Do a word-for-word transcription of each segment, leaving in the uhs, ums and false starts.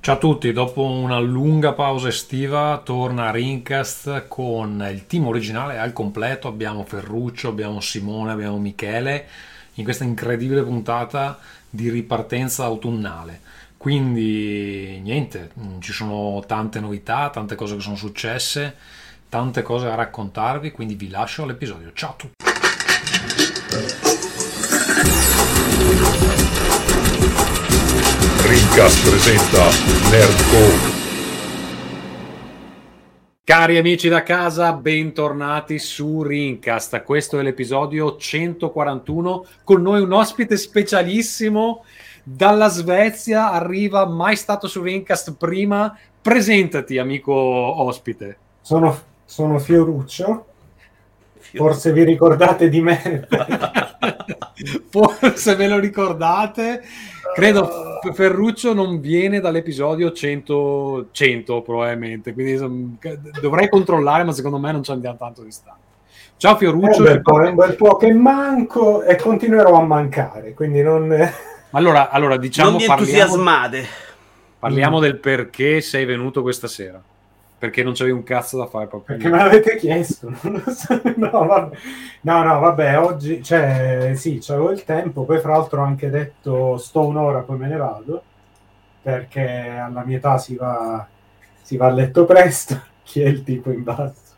Ciao a tutti, dopo una lunga pausa estiva torna Rincast con il team originale al completo. Abbiamo Ferruccio, abbiamo Simone, abbiamo Michele in questa incredibile puntata di ripartenza autunnale. Quindi niente, mm, ci sono tante novità, tante cose che sono successe, tante cose da raccontarvi, quindi vi lascio all'episodio. Ciao a tutti! Rincast presenta Nerdcore. Cari amici da casa, bentornati su Rincast. Questo è l'episodio centoquarantuno. Con noi un ospite specialissimo dalla Svezia. Arriva, mai stato su Rincast prima. Presentati, amico ospite. Sono, sono Fioruccio. Forse vi ricordate di me. Forse ve lo ricordate. Credo Ferruccio non viene dall'episodio cento, cento probabilmente, quindi dovrei controllare, ma secondo me non ci andiamo tanto distante. Ciao Fioruccio. È un bel po', è un bel po' che manco e continuerò a mancare, quindi non... Allora, allora diciamo... Non vi parliamo, entusiasmate. Parliamo Mm. del perché sei venuto questa sera. Perché non c'avevi un cazzo da fare proprio. Perché me l'avete chiesto. Non lo so. No, vabbè. no, no, vabbè, oggi, cioè, sì, c'avevo il tempo, poi fra l'altro ho anche detto sto un'ora, poi me ne vado, perché alla mia età si va, si va a letto presto. Chi è il tipo in basso?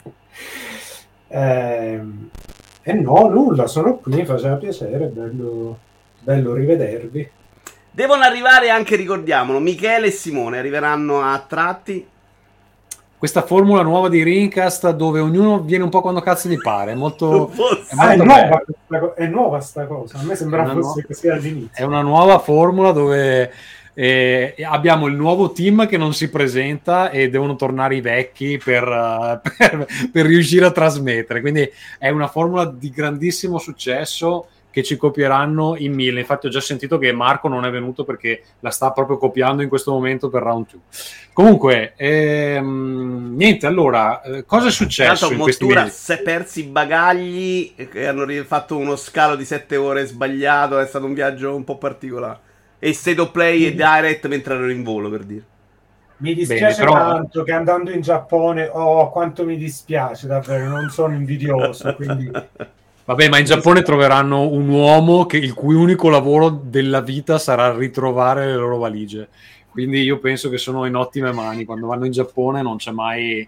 Ehm, E no, nulla, sono qui, mi faceva piacere, bello, bello rivedervi. Devono arrivare anche, ricordiamolo, Michele e Simone arriveranno a tratti. Questa formula nuova di Rincast dove ognuno viene un po' quando cazzo gli pare. È molto... Forse. è Ah, è molto nuova, bello. questa co- è nuova sta cosa, a me sembrava È una fosse nuova- così all'inizio. È una nuova formula dove eh, abbiamo il nuovo team che non si presenta e devono tornare i vecchi per, eh, per- per riuscire a trasmettere. Quindi è una formula di grandissimo successo che ci copieranno in mille. Infatti ho già sentito che Marco non è venuto perché la sta proprio copiando in questo momento per round due. Comunque, ehm, niente, allora, eh, cosa è successo Tanto in questi Mottura mesi? si è persi i bagagli e hanno ri- fatto uno scalo di sette ore sbagliato. È stato un viaggio un po' particolare. E state of play e direct mentre erano in volo, per dire. Mi dispiace Bene, però- tanto che andando in Giappone, oh quanto mi dispiace davvero, non sono invidioso, quindi Vabbè, ma in Giappone troveranno un uomo che, il cui unico lavoro della vita sarà ritrovare le loro valigie. Quindi io penso che sono in ottime mani. Quando vanno in Giappone non c'è mai,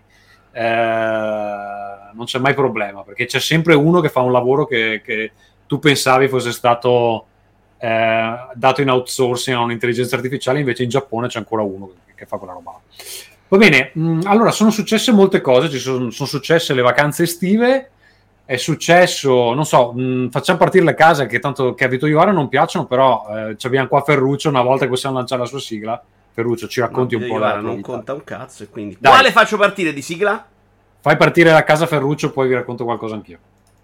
eh, non c'è mai problema, perché c'è sempre uno che fa un lavoro che, che tu pensavi fosse stato eh, dato in outsourcing a un'intelligenza artificiale, invece in Giappone c'è ancora uno che, che fa quella roba. Va bene, mh, allora sono successe molte cose, ci sono, sono successe le vacanze estive. È successo, non so, mh, facciamo partire le case che tanto che a Vito Iovara non piacciono, però eh, ci abbiamo qua Ferruccio, una volta che possiamo lanciare la sua sigla. Ferruccio, ci racconti No, un po' Iovara della tua non vita. conta un cazzo e quindi... Dai. Quale faccio partire di sigla? Fai partire la casa Ferruccio, poi vi racconto qualcosa anch'io.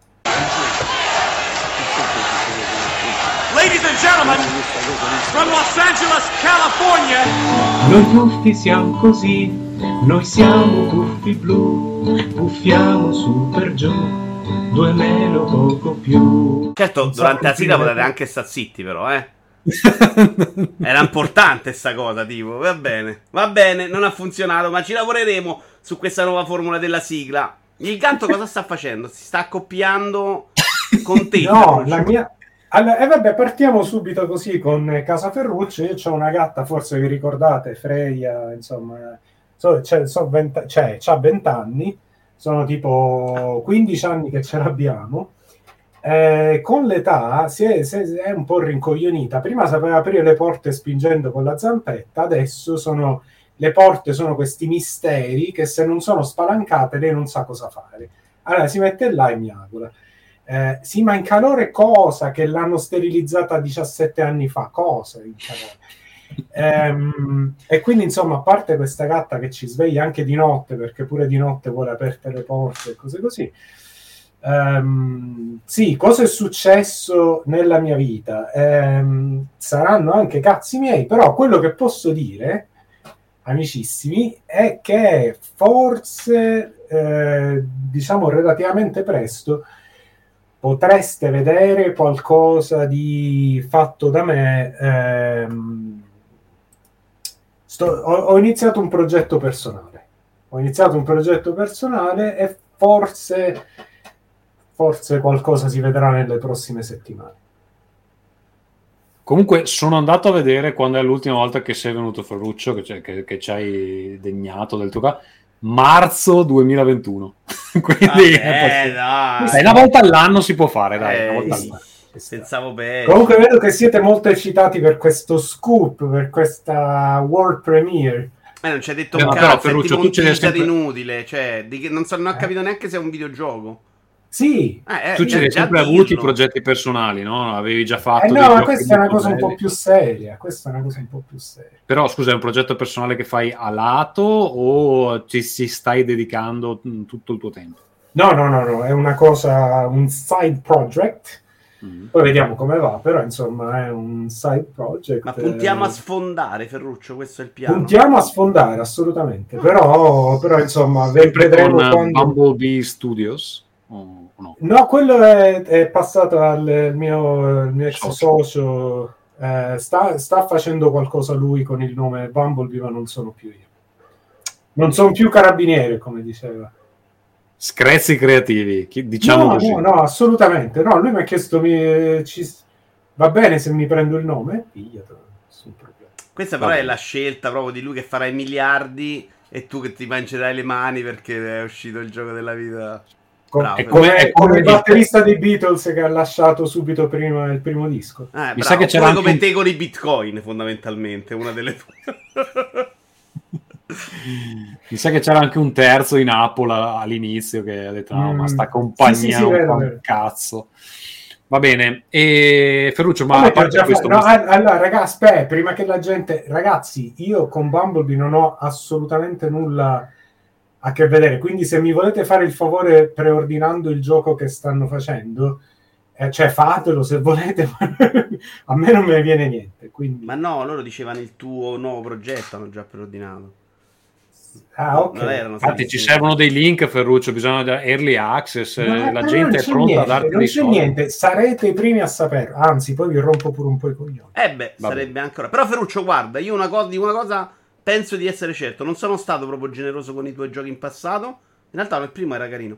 Ladies and gentlemen, from Los Angeles, California. Noi tuffi siamo così, noi siamo tuffi blu, puffiamo su per giù, due meno poco più. Certo, Non so durante la come sigla dire. potete anche sta zitti, però, eh. Era importante sta cosa, tipo, va bene. Va bene, non ha funzionato, ma ci lavoreremo su questa nuova formula della sigla. Il gatto cosa sta facendo? Si sta accoppiando con te? no, Ferruccio? la mia... Allora, e vabbè, partiamo subito così con Casa Ferruccio. Io ho una gatta, forse vi ricordate, Freya, insomma, so, cioè, so venti, cioè, c'ha venti anni, sono tipo quindici anni che ce l'abbiamo. Eh, con l'età si è, si è, è un po' rincoglionita. Prima sapeva aprire le porte spingendo con la zampetta, adesso sono, le porte sono questi misteri che se non sono spalancate lei non sa cosa fare. Allora si mette là e miagola. Eh, sì, ma in calore cosa? Che l'hanno sterilizzata diciassette anni fa, cosa in calore? Ehm, e quindi insomma, a parte questa gatta che ci sveglia anche di notte, perché pure di notte vuole aperte le porte e cose così. Ehm, sì, cosa è successo nella mia vita? Ehm, saranno anche cazzi miei, però quello che posso dire, amicissimi, è che forse eh, diciamo relativamente presto potreste vedere qualcosa di fatto da me ehm, sto, ho, ho iniziato un progetto personale. Ho iniziato un progetto personale e forse, forse qualcosa si vedrà nelle prossime settimane. Comunque sono andato a vedere quando è l'ultima volta che sei venuto, Ferruccio, che, che, che ci hai degnato del tuo caso. Marzo duemilaventuno. Quindi Vabbè, è dai. Dai, una volta all'anno si può fare, dai, Eh, una volta sì. all'anno. Pensavo bene. Comunque vedo che siete molto eccitati per questo scoop, per questa world premiere. Eh, non ci hai detto Eh, un ma cazzo, però, è Ferruccio, tipo tu un ce l'hai teaser sempre- inutile, cioè, di che non, so, non ho Eh. capito neanche se è un videogioco. Sì. Eh, eh, Tu ce già- l'hai già sempre avuti dirlo. progetti personali, no? Avevi già Eh fatto no, dei ma giochi questa è una molto cosa un po' belli. più seria. Questa è una cosa un po' più seria. Però scusa, è un progetto personale che fai a lato o ci si stai dedicando mh, tutto il tuo tempo? No, no, no, no, è una cosa, un side project. Mm. Poi vediamo come va, però insomma è un side project. Ma puntiamo eh, a sfondare, Ferruccio, questo è il piano. puntiamo a sfondare, assolutamente. Però, però insomma, ve- Sempre vedremo con eh, quando... Bumblebee Studios? O o no? No, quello è, è passato al il mio, il mio ex Socio. socio. eh, sta, sta facendo qualcosa lui con il nome Bumblebee, ma non sono più io. Non sono più carabiniere, come diceva. Screzi creativi, chi- diciamo no, così. no, no, assolutamente. No, lui mi ha chiesto, mi, ci, va bene se mi prendo il nome? Pigliatelo, nessun problema. Questa Va però è bene. la scelta proprio di lui che farà i miliardi e tu che ti mangerai le mani perché è uscito il gioco della vita. Com- Bravo, è come- come, è come come il dice- batterista dei Beatles che ha lasciato subito prima il primo disco. Eh, Mi bravo. sa che c'era Pure anche come un- te con i bitcoin, fondamentalmente, una delle tue. Mi sa che c'era anche un terzo in Apple a- all'inizio che ha detto no, Mm. ma sta compagnia Sì, sì, sì, non vero, fa un vero. cazzo. Va bene, e Ferruccio, ma Come a ti ho parte già questo, fa- no, ma- all- allora ragazzi, aspetta, prima che la gente, ragazzi, io con Bumblebee non ho assolutamente nulla a che vedere, quindi se mi volete fare il favore preordinando il gioco che stanno facendo, eh, cioè fatelo se volete, ma a me non me ne viene niente, quindi... Ma no, loro dicevano il tuo nuovo progetto, hanno già preordinato. ah, ok. Non erano infatti ci servizi. servono dei link, Ferruccio, bisogna da early access, eh, No, la ma gente non è c'è pronta niente, a darti non dei c'è soldi. niente, sarete i primi a saperlo, anzi poi vi rompo pure un po' i coglioni. Eh beh, Va sarebbe ancora. Però Ferruccio, guarda, io una cosa, di una cosa penso di essere certo. Non sono stato proprio generoso con i tuoi giochi in passato. In realtà il primo era carino.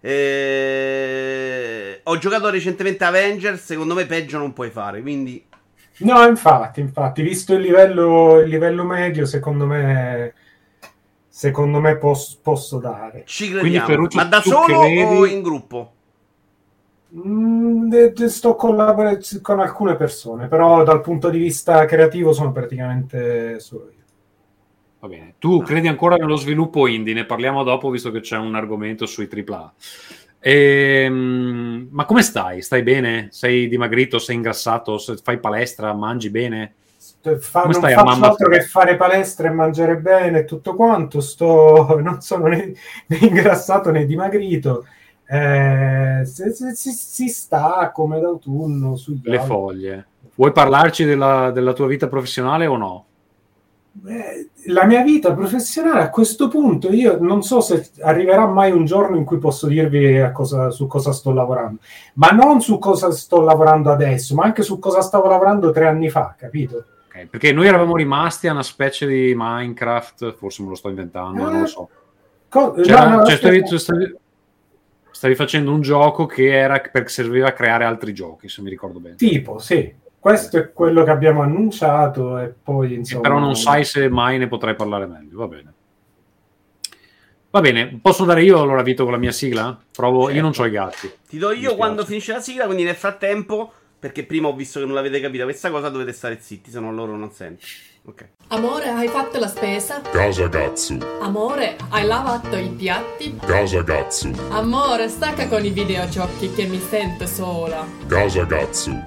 Eh, Ho giocato recentemente Avengers, secondo me peggio non puoi fare, quindi... No, infatti, infatti, visto il livello, il livello medio, secondo me, secondo me pos- posso dare. Ci Quindi, crediamo. Ferruccio, Ma da tu solo credi- o in gruppo? Mm, de- de- sto collaborando con alcune persone, però dal punto di vista creativo sono praticamente solo io. Va bene. Tu credi ancora nello sviluppo indie? Ne parliamo dopo, visto che c'è un argomento sui tripla A. Ehm, ma come stai? Stai bene? Sei dimagrito? Sei ingrassato? Se- Fai palestra? Mangi bene? Fa- Come non stai a faccio mamma? altro che fare palestra e mangiare bene e tutto quanto. Sto, non sono né, né ingrassato né dimagrito. Eh, si, si- si- si sta come d'autunno sugli Le alberi. foglie. Vuoi parlarci della, della tua vita professionale o no? Eh, la mia vita professionale a questo punto io non so se arriverà mai un giorno in cui posso dirvi a cosa, su cosa sto lavorando, ma non su cosa sto lavorando adesso, ma anche su cosa stavo lavorando tre anni fa, capito? Ok, perché noi eravamo rimasti a una specie di Minecraft, forse me lo sto inventando, non lo so. Co- C'era- no, no, cioè, stavi, aspetta. stavi- stavi facendo un gioco che era perché serviva a creare altri giochi, se mi ricordo bene. Tipo, sì, questo è quello che abbiamo annunciato e poi E insomma... però non sai se mai ne potrai parlare meglio, va bene. Va bene, posso dare io allora Vito con la mia sigla? Provo, io non ho i gatti. Ti do Mi io spiace. quando finisce la sigla, quindi nel frattempo, perché prima ho visto che non l'avete capita questa cosa, dovete stare zitti, se no loro non sentono. Ok. Amore, hai fatto la spesa? Casa Gatsu, Amore, hai lavato i piatti? Casa Gatsu, Amore, stacca con i videogiochi che mi sento sola. Casa Gatsu,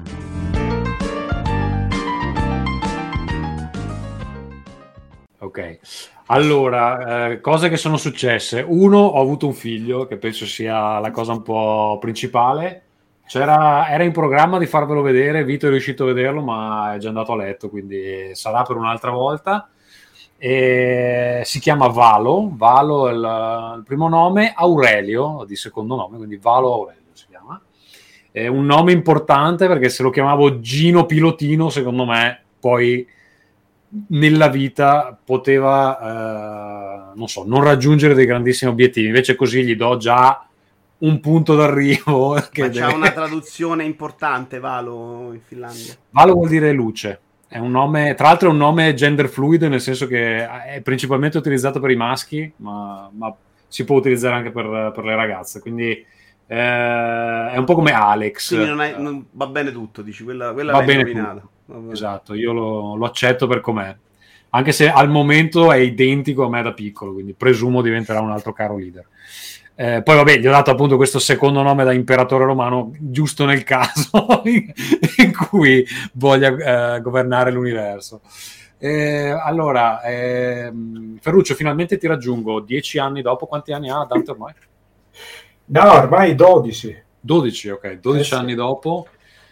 Ok, allora, eh, cose che sono successe. Uno, ho avuto un figlio, che penso sia la cosa un po' principale. C'era, era in programma di farvelo vedere, Vito è riuscito a vederlo, ma è già andato a letto, quindi sarà per un'altra volta. E si chiama Valo, Valo è il, il primo nome, Aurelio di secondo nome, quindi Valo Aurelio si chiama. È un nome importante perché se lo chiamavo Gino Pilotino, secondo me, poi nella vita poteva, eh, non so, non raggiungere dei grandissimi obiettivi, invece così gli do già un punto d'arrivo. Che Ma deve... c'ha una traduzione importante, Valo, in Finlandia? Valo vuol dire luce. È un nome, tra l'altro è un nome gender fluid, nel senso che è principalmente utilizzato per i maschi, ma, ma si può utilizzare anche per, per le ragazze, quindi eh, è un po' come Alex. Quindi non, è, non va bene tutto, dici, quella, quella va l'hai bene nominata. tutto. Esatto, io lo, lo accetto per com'è, anche se al momento è identico a me da piccolo, quindi presumo diventerà un altro caro leader. Eh, poi vabbè, gli ho dato appunto questo secondo nome da imperatore romano giusto nel caso in, in cui voglia eh, governare l'universo. Eh, allora, eh, Ferruccio, finalmente ti raggiungo dieci anni dopo. Quanti anni ha Dante ormai? No, ormai dodici. dodici, ok, dodici Eh sì. anni dopo.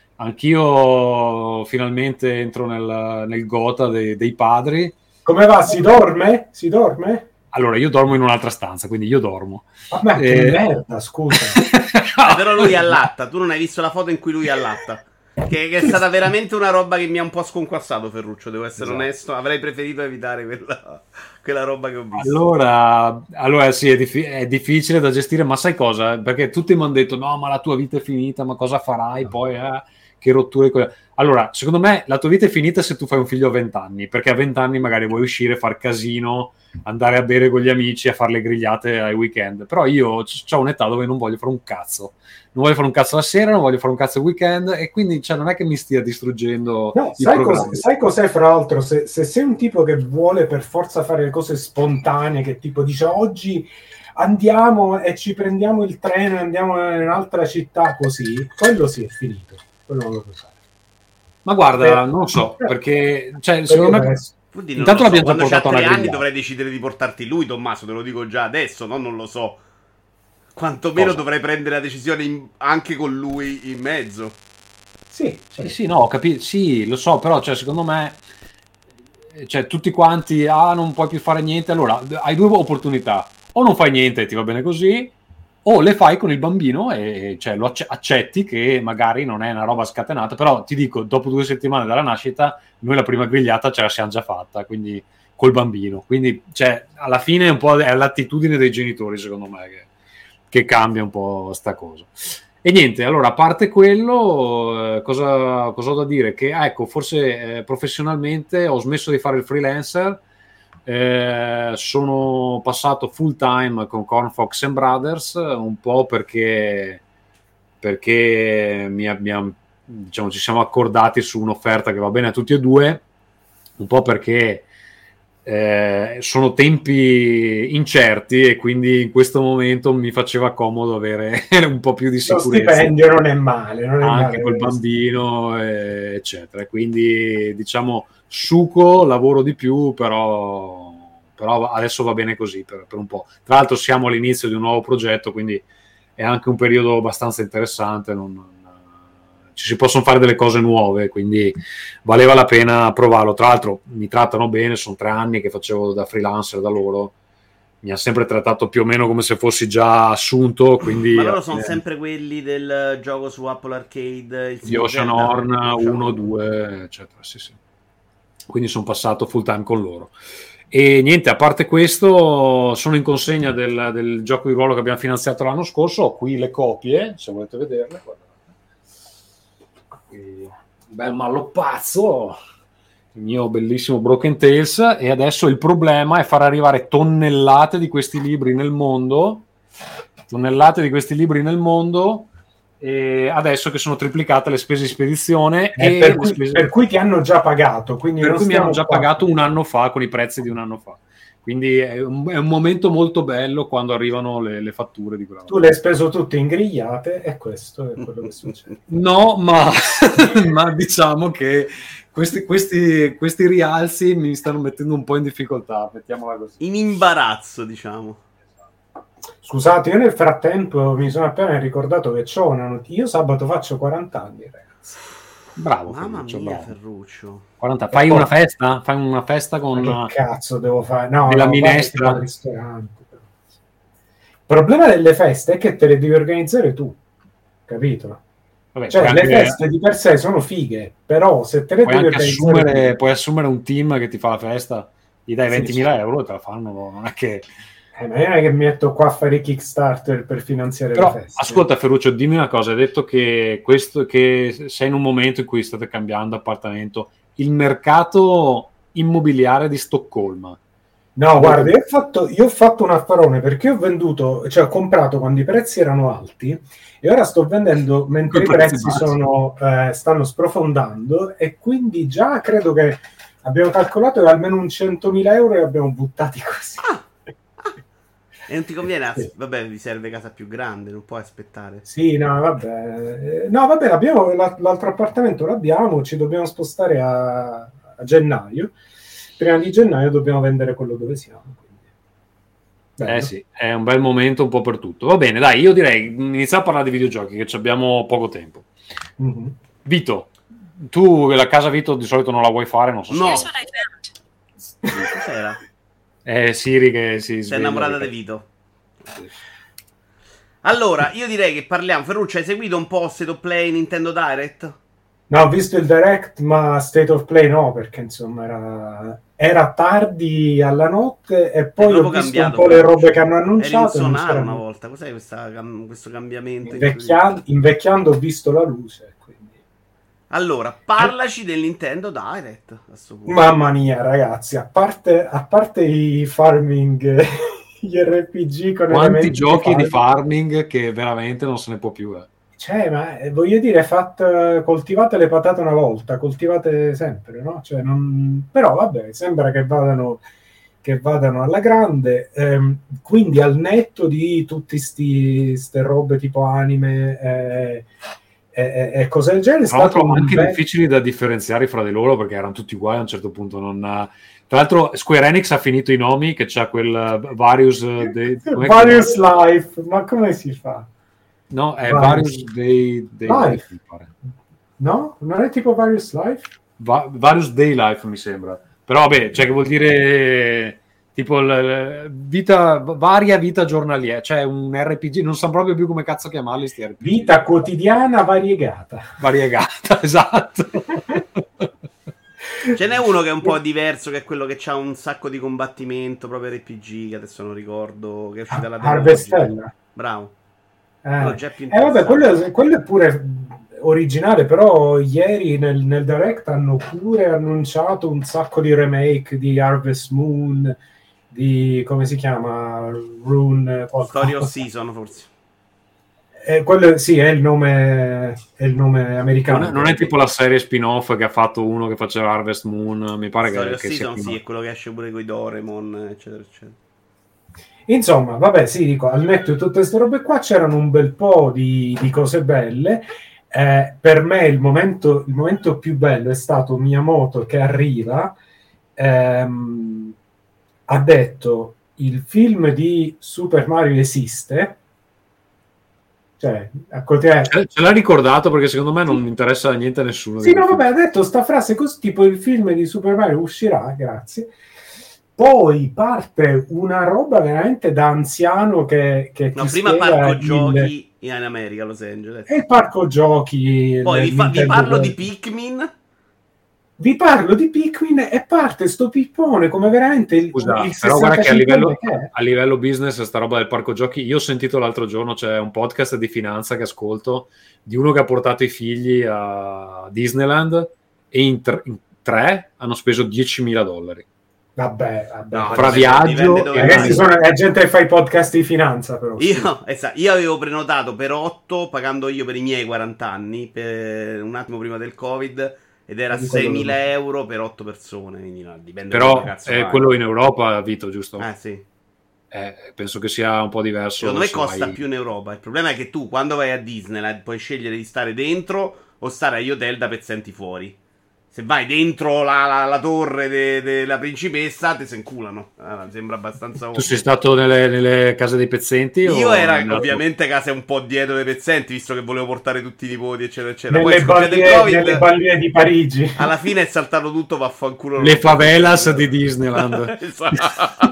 Anch'io finalmente entro nel, nel gota dei, dei padri. Come va? Si dorme? Si dorme? Allora, io dormo in un'altra stanza, quindi io dormo. Ah, ma che Eh, merda, scusa. Eh, però lui allatta, tu non hai visto la foto in cui lui allatta. Che, che è stata veramente una roba che mi ha un po' sconquassato, Ferruccio, devo essere Esatto. onesto. Avrei preferito evitare quella, quella roba che ho visto. Allora, allora sì, è, diffi- è difficile da gestire, ma sai cosa? Perché tutti mi hanno detto, no, ma la tua vita è finita, ma cosa farai poi? Eh? Che rotture. que-". Allora, secondo me la tua vita è finita se tu fai un figlio a vent'anni, perché a vent'anni magari vuoi uscire, far casino, andare a bere con gli amici, a fare le grigliate ai weekend. Però io ho un'età dove non voglio fare un cazzo. Non voglio fare un cazzo la sera, non voglio fare un cazzo il weekend, e quindi cioè, non è che mi stia distruggendo No, i sai, programmi. cos- sai cos'è, fra l'altro? Se, se sei un tipo che vuole per forza fare le cose spontanee, che tipo dice oggi andiamo e ci prendiamo il treno e andiamo in un'altra città così, quello sì è finito. Quello non lo puoi fare. Ma guarda, Eh, non lo so, perché cioè, Perché secondo me adesso- Vuol dire, intanto non lo so, l'abbiamo già quando c'ha portato a tre una anni grigliata. dovrei decidere di portarti lui, Tommaso, te lo dico già adesso, no? Non lo so. Quantomeno Cosa? dovrei prendere la decisione in- anche con lui in mezzo. Sì, Sì, sì, no, ho capito, sì, lo so, però cioè, secondo me eh, cioè, tutti quanti, ah, non puoi più fare niente, allora hai due opportunità, o non fai niente e ti va bene così, o le fai con il bambino e cioè, lo acce- accetti che magari non è una roba scatenata, però ti dico, dopo due settimane dalla nascita, noi la prima grigliata ce la siamo già fatta, quindi col bambino, quindi cioè, alla fine è un po' è l'attitudine dei genitori, secondo me, che, che cambia un po' sta cosa. E niente, allora, a parte quello, eh, cosa, cosa ho da dire? Che, ah, ecco, forse eh, professionalmente ho smesso di fare il freelancer, eh, sono passato full time con Corn Fox and Brothers, un po' perché, perché mi abbiamo, diciamo, ci siamo accordati su un'offerta che va bene a tutti e due, un po' perché eh, sono tempi incerti e quindi in questo momento mi faceva comodo avere un po' più di lo sicurezza stipendio non è male, non è anche male col questo. bambino, eh, eccetera. Quindi diciamo suco, lavoro di più, però, però adesso va bene così per, per un po'. Tra l'altro siamo all'inizio di un nuovo progetto, quindi è anche un periodo abbastanza interessante, non, non- ci si possono fare delle cose nuove, quindi valeva la pena provarlo. Tra l'altro mi trattano bene, sono tre anni che facevo da freelancer da loro, mi ha sempre trattato più o meno come se fossi già assunto, quindi Ma loro sono eh, sempre quelli del gioco su Apple Arcade, il di Ocean Zelda? Horn Ocean uno, Horn. due, eccetera, sì, sì. Quindi sono passato full time con loro. E niente, a parte questo, sono in consegna del, del gioco di ruolo che abbiamo finanziato l'anno scorso. Ho qui le copie, se volete vederle. Guardate. Qui, un bel malloppazzo, il mio bellissimo Broken Tales. E adesso il problema è far arrivare tonnellate di questi libri nel mondo. Tonnellate di questi libri nel mondo. E adesso che sono triplicate le spese di spedizione Eh, e per, le cui, spese- per cui ti hanno già pagato, quindi per non cui mi hanno stiamo già qua. pagato un anno fa con i prezzi di un anno fa. Quindi è un, è un momento molto bello quando arrivano le, le fatture di quella Tu l'hai speso tutto in grigliate e questo è quello che succede. No, ma, ma diciamo che questi, questi, questi rialzi mi stanno mettendo un po' in difficoltà, mettiamola così. In imbarazzo, diciamo. Scusate, io nel frattempo mi sono appena ricordato che c'ho una notizia. Io sabato faccio quaranta anni, ragazzi. Bravo, Mamma Ferruccio, mia, bravo. Ferruccio. quaranta Fai una festa? Fai una festa con Ma che cazzo devo fare? No, Nella no, vado minestra. al ristorante. Il problema delle feste è che te le devi organizzare tu, capito? Vabbè, Cioè, puoi le anche- feste di per sé sono fighe, però se te le puoi devi anche organizzare assumere, tu- puoi assumere un team che ti fa la festa, gli dai Sì, ventimila sì. euro e te la fanno, non è che... Eh, ma non è che mi metto qua a fare i Kickstarter per finanziare Però, le feste. ascolta Ferruccio, dimmi una cosa, hai detto che, questo, che sei in un momento in cui state cambiando appartamento, il mercato immobiliare di Stoccolma. No, guarda, io ho, fatto, io ho fatto un affarone perché ho venduto, cioè ho comprato quando i prezzi erano alti e ora sto vendendo mentre i Con prezzi prezzi bassi. sono, eh, stanno sprofondando e quindi già credo che abbiamo calcolato che almeno un centomila euro li abbiamo buttati così. Ah. E non ti conviene, as- Sì. vabbè, vi serve casa più grande, non puoi aspettare. Sì, no, vabbè. Eh, No, vabbè, abbiamo, la- l'altro appartamento l'abbiamo, ci dobbiamo spostare a, a gennaio. Prima di gennaio dobbiamo vendere quello dove siamo. Quindi. Bello. Eh sì, è un bel momento un po' per tutto. Va bene, dai, io direi iniziamo a parlare di videogiochi, che ci abbiamo poco tempo. Mhm. Vito, tu la casa Vito di solito non la vuoi fare, non so No. se... Cos'era? È Siri che si Sei sveglia. innamorata di Vito. Allora, io direi che parliamo. Ferruccio, hai seguito un po' State of Play Nintendo Direct? No, ho visto il Direct, ma State of Play no, perché insomma era, era tardi alla notte e poi dopo ho visto un cambiato, po' le Ferruccio. robe che hanno Eri in annunciato. e non sonaro c'era una niente. volta. Cos'è questa cam- questo cambiamento? Invecchia- invecchiando ho visto la luce, quindi. Allora, parlaci del Nintendo Direct. A sto punto. Mamma mia, ragazzi, a parte, a parte i farming, gli R P G con Quanti elementi giochi di farming, farming che veramente non se ne può più. Eh. cioè, ma eh, voglio dire, fat, coltivate le patate una volta, coltivate sempre, no? Cioè, non... Però vabbè, sembra che vadano, che vadano alla grande. Ehm, quindi al netto di tutte queste robe tipo anime eh, e, e, e cose del genere, è Tra l'altro stato un anche bel- difficili da differenziare fra di loro perché erano tutti uguali a un certo punto. Non ha... Tra l'altro Square Enix ha finito i nomi, che c'ha quel uh, Various... uh, Day... com'è che- Various Life, ma come si fa? No, è Various- Various Day, Day Life. Life, mi pare. No? Non è tipo Various Life? Va- Various Day Life mi sembra. Però vabbè, cioè che vuol dire tipo l- l- vita, varia vita giornaliera, cioè un R P G, non so proprio più come cazzo chiamarli sti R P G. Vita quotidiana variegata. Variegata, esatto. Ce n'è uno che è un po' diverso, che è quello che ha un sacco di combattimento, proprio R P G, che adesso non ricordo, che è uscita la Harvestella. Bravo. Eh, Quello già è più eh, vabbè, interessante. quello, quello è pure originale, però ieri nel, nel Direct hanno pure annunciato un sacco di remake di Harvest Moon, di come si chiama? Rune qualcosa. Story of Season, forse. Eh, quello sì, è il nome, è il nome americano. Non è, non è tipo la serie spin-off che ha fatto uno che faceva Harvest Moon, mi pare Story che, of che sia Season, prima. sì, è quello che esce pure con i Doremon, eccetera, eccetera. Insomma, vabbè, sì, dico, al netto di tutte queste robe qua c'erano un bel po' di, di cose belle. Eh, per me il momento, il momento più bello è stato Miyamoto che arriva, ehm, ha detto il film di Super Mario esiste, cioè, a continuare- Ce, ce l'ha ricordato perché secondo me non interessa niente a nessuno. Sì, di no, quel vabbè, ha detto sta frase così, tipo il film di Super Mario uscirà, grazie. Poi parte una roba veramente da anziano che, che No, ti prima spiega parco il- giochi in America, Los Angeles. E il parco giochi. Poi del vi, fa- vi Nintendo parlo World. di Pikmin. Vi parlo di Pikmin e parte sto pippone come veramente il, Scusa, il però guarda che a livello, che è. a livello business sta roba del parco giochi, io ho sentito l'altro giorno, c'è un podcast di finanza che ascolto di uno che ha portato i figli a Disneyland e in, tre- in tre hanno speso diecimila dollari. Vabbè, vabbè. No, Fra dipende- viaggio dipende dove e vai. Ragazzi, sono è gente che fa i podcast di finanza, però. sì. Io, esatto, io avevo prenotato per otto, pagando io per i miei quaranta anni, per un attimo prima del Covid, ed era Di quello seimila che- euro per otto persone. Quindi no, dipende Però da dove cazzo è vai. quello in Europa, Vito, giusto? Eh sì. Eh, penso che sia un po' diverso. Secondo me se costa vai- più in Europa. Il problema è che tu, quando vai a Disneyland, puoi scegliere di stare dentro o stare agli hotel da pezzenti fuori. Se vai dentro la, la- la torre de- della principessa, te se inculano. Ah, sembra abbastanza Tu ovvio. sei stato nelle, nelle case dei pezzenti? Io o era hai andato- ovviamente case un po' dietro le pezzenti, visto che volevo portare tutti i nipoti, eccetera, eccetera. Nelle Poi scoppiato il banlieue, Covid, nelle banlieue di Parigi. alla fine è saltato tutto, vaffanculo. le favelas di Disneyland. Esatto.